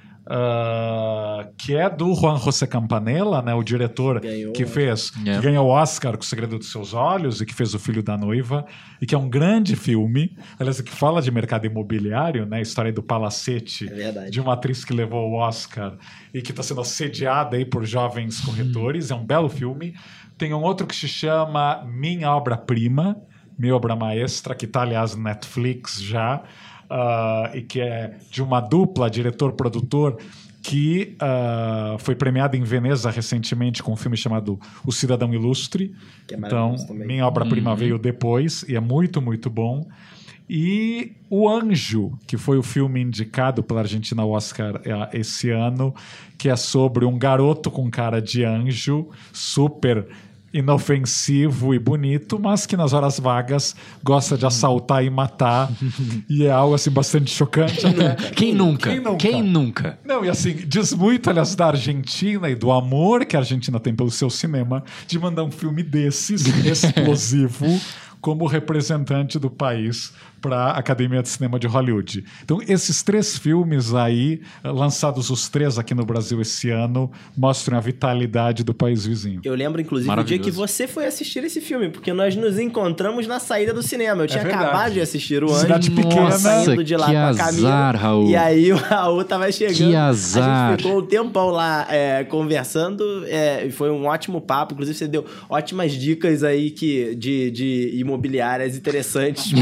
uh, que é do Juan José Campanella, né? O diretor ganhou. que fez, yeah. que ganhou o Oscar com O Segredo dos Seus Olhos e que fez O Filho da Noiva, e que é um grande filme, aliás, que fala de mercado imobiliário, né? A história do palacete é de uma atriz que levou o Oscar e que está sendo assediada aí por jovens corretores. Hum. É um belo filme. Tem um outro que se chama Minha Obra-Prima, Minha Obra Maestra, que está, aliás, no Netflix já, uh, e que é de uma dupla, diretor-produtor, que uh, foi premiada em Veneza recentemente com um filme chamado O Cidadão Ilustre. Que é então, também. Minha Obra-Prima uhum. veio depois e é muito, muito bom. E O Anjo, que foi o filme indicado pela Argentina ao Oscar uh, esse ano, que é sobre um garoto com cara de anjo, super inofensivo e bonito, mas que nas horas vagas gosta de assaltar e matar. E é algo assim bastante chocante. Até. Quem nunca? Quem nunca? Quem nunca? Não, e assim, diz muito, aliás, da Argentina e do amor que a Argentina tem pelo seu cinema, de mandar um filme desses, explosivo, como representante do país para a Academia de Cinema de Hollywood. Então, esses três filmes aí, lançados os três aqui no Brasil esse ano, mostram a vitalidade do país vizinho. Eu lembro, inclusive, do dia que você foi assistir esse filme, porque nós nos encontramos na saída do cinema. Eu tinha é acabado de assistir o Anjo, Cidade pequena, saindo de lá que com a azar, Camila. Raul. E aí o Raul tava chegando. Que azar. A gente ficou um tempão lá é, conversando, é, e foi um ótimo papo. Inclusive, você deu ótimas dicas aí que, de, de imobiliárias interessantes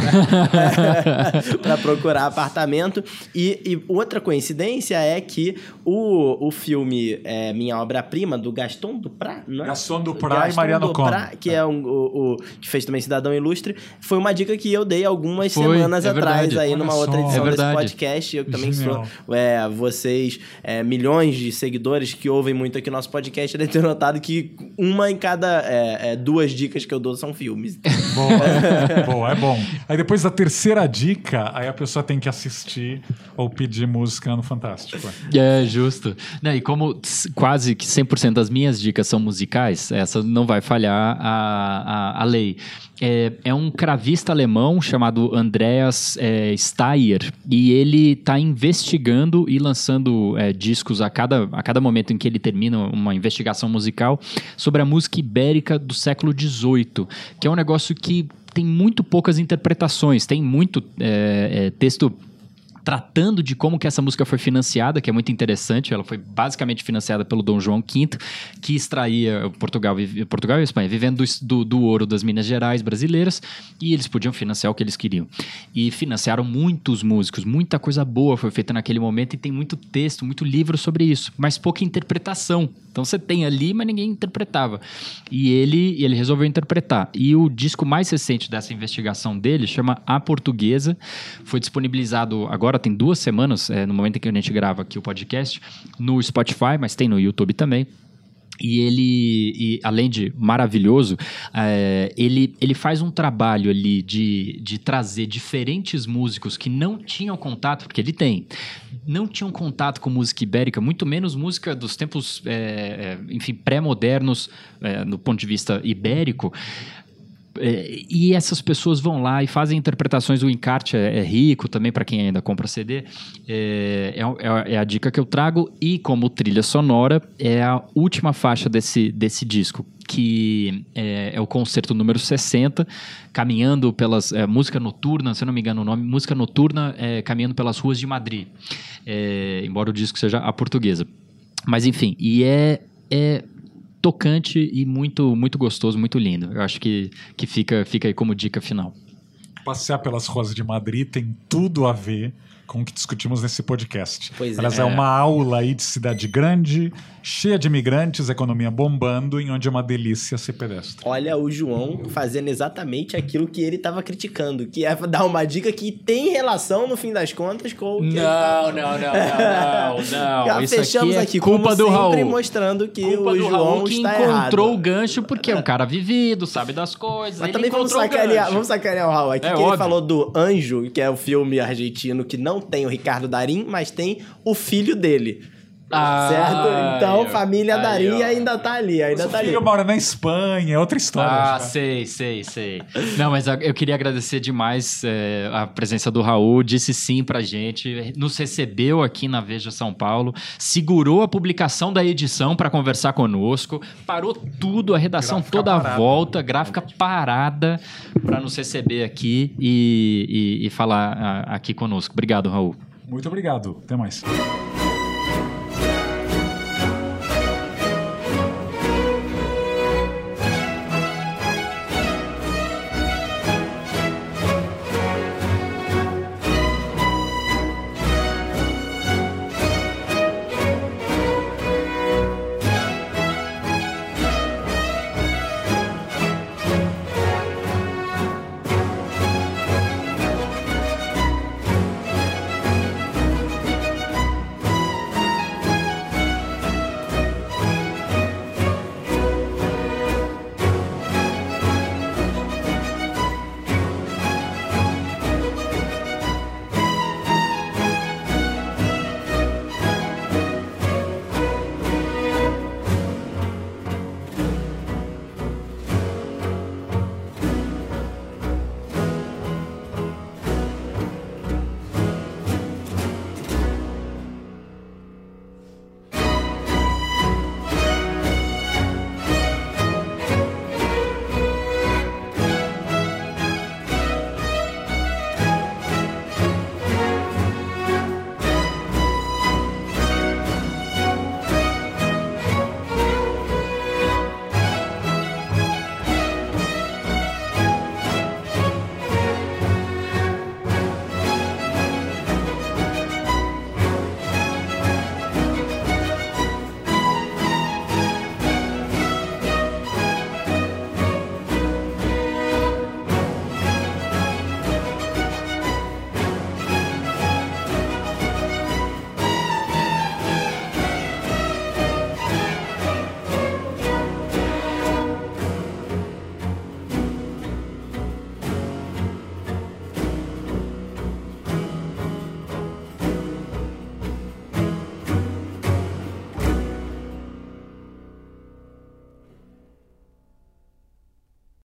pra, pra procurar apartamento. E, e outra coincidência é que o, o filme é, Minha Obra-Prima, do Gaston Duprat, não é? Gaston Duprat Gaston e Mariano Duprat, Cohn. que é um, o, o que fez também Cidadão Ilustre, foi uma dica que eu dei algumas Foi, semanas é atrás verdade. aí Olha numa só. outra edição É desse verdade. podcast. Eu também Genial. sou é, vocês, é, milhões de seguidores que ouvem muito aqui nosso podcast, devem ter notado que uma em cada é, é, duas dicas que eu dou são filmes. Boa, boa, é bom. Aí depois da terceira dica, aí a pessoa tem que assistir ou pedir música no Fantástico. É, justo. Não, e como s- quase que cem por cento das minhas dicas são musicais, essa não vai falhar a, a, a lei. É, é um cravista alemão chamado Andreas é, Steyer, e ele está investigando e lançando é, discos a cada, a cada momento em que ele termina uma investigação musical sobre a música ibérica do século dezoito, que é um negócio que tem muito poucas interpretações, tem muito é, é, texto tratando de como que essa música foi financiada, que é muito interessante. Ela foi basicamente financiada pelo Dom João quinto, que extraía Portugal, Portugal e Espanha, vivendo do, do ouro das Minas Gerais brasileiras, e eles podiam financiar o que eles queriam. E financiaram muitos músicos, muita coisa boa foi feita naquele momento, e tem muito texto, muito livro sobre isso, mas pouca interpretação. Então você tem ali, mas ninguém interpretava. E ele, ele resolveu interpretar. E o disco mais recente dessa investigação dele chama A Portuguesa. Foi disponibilizado agora, tem duas semanas, é, no momento em que a gente grava aqui o podcast, no Spotify, mas tem no YouTube também. E ele, e, além de maravilhoso, é, ele, ele faz um trabalho ali de, de trazer diferentes músicos que não tinham contato, porque ele tem, não tinham contato com música ibérica, muito menos música dos tempos, é, é, enfim, pré-modernos, é, do ponto de vista ibérico. É, e essas pessoas vão lá e fazem interpretações. O encarte é, é rico também para quem ainda compra C D. É, é, é a dica que eu trago. E como trilha sonora, é a última faixa desse, desse disco, que é, é o concerto número sessenta, caminhando pelas... É, música noturna, se eu não me engano o nome, música noturna é, caminhando pelas ruas de Madrid. É, embora o disco seja a portuguesa. Mas enfim, e é... é tocante e muito, muito gostoso, muito lindo. Eu acho que, que fica, fica aí como dica final. Passear pelas ruas de Madrid tem tudo a ver com o que discutimos nesse podcast. Pois é. Aliás, é uma aula aí de cidade grande, cheia de imigrantes, economia bombando, em onde é uma delícia ser pedestre. Olha o João fazendo exatamente aquilo que ele estava criticando, que é dar uma dica que tem relação, no fim das contas, com o que... Não, não, não, não, não, Já não. Isso fechamos aqui é aqui, culpa como do sempre, Raul. mostrando que Culpa o do João Raul que está encontrou errado. o gancho, porque é um cara vivido, sabe das coisas. Mas ele também vamos encontrou o sacanear, gancho. vamos sacanear o Raul aqui, É que óbvio. ele falou do Anjo, que é o filme argentino que não tem o Ricardo Darín, mas tem o filho dele. Ah, certo? Então, aí, família aí, Darín ó. ainda tá ali, ainda Mas tá o ali. filho mora na Espanha, é outra história. Ah, já. sei, sei, sei. Não, mas eu queria agradecer demais é, a presença do Raul, disse sim pra gente, nos recebeu aqui na Veja São Paulo, segurou a publicação da edição para conversar conosco, parou tudo, a redação Gráfica toda à parada. volta, gráfica parada, para nos receber aqui e, e, e falar a, aqui conosco. Obrigado, Raul. Muito obrigado. Até mais.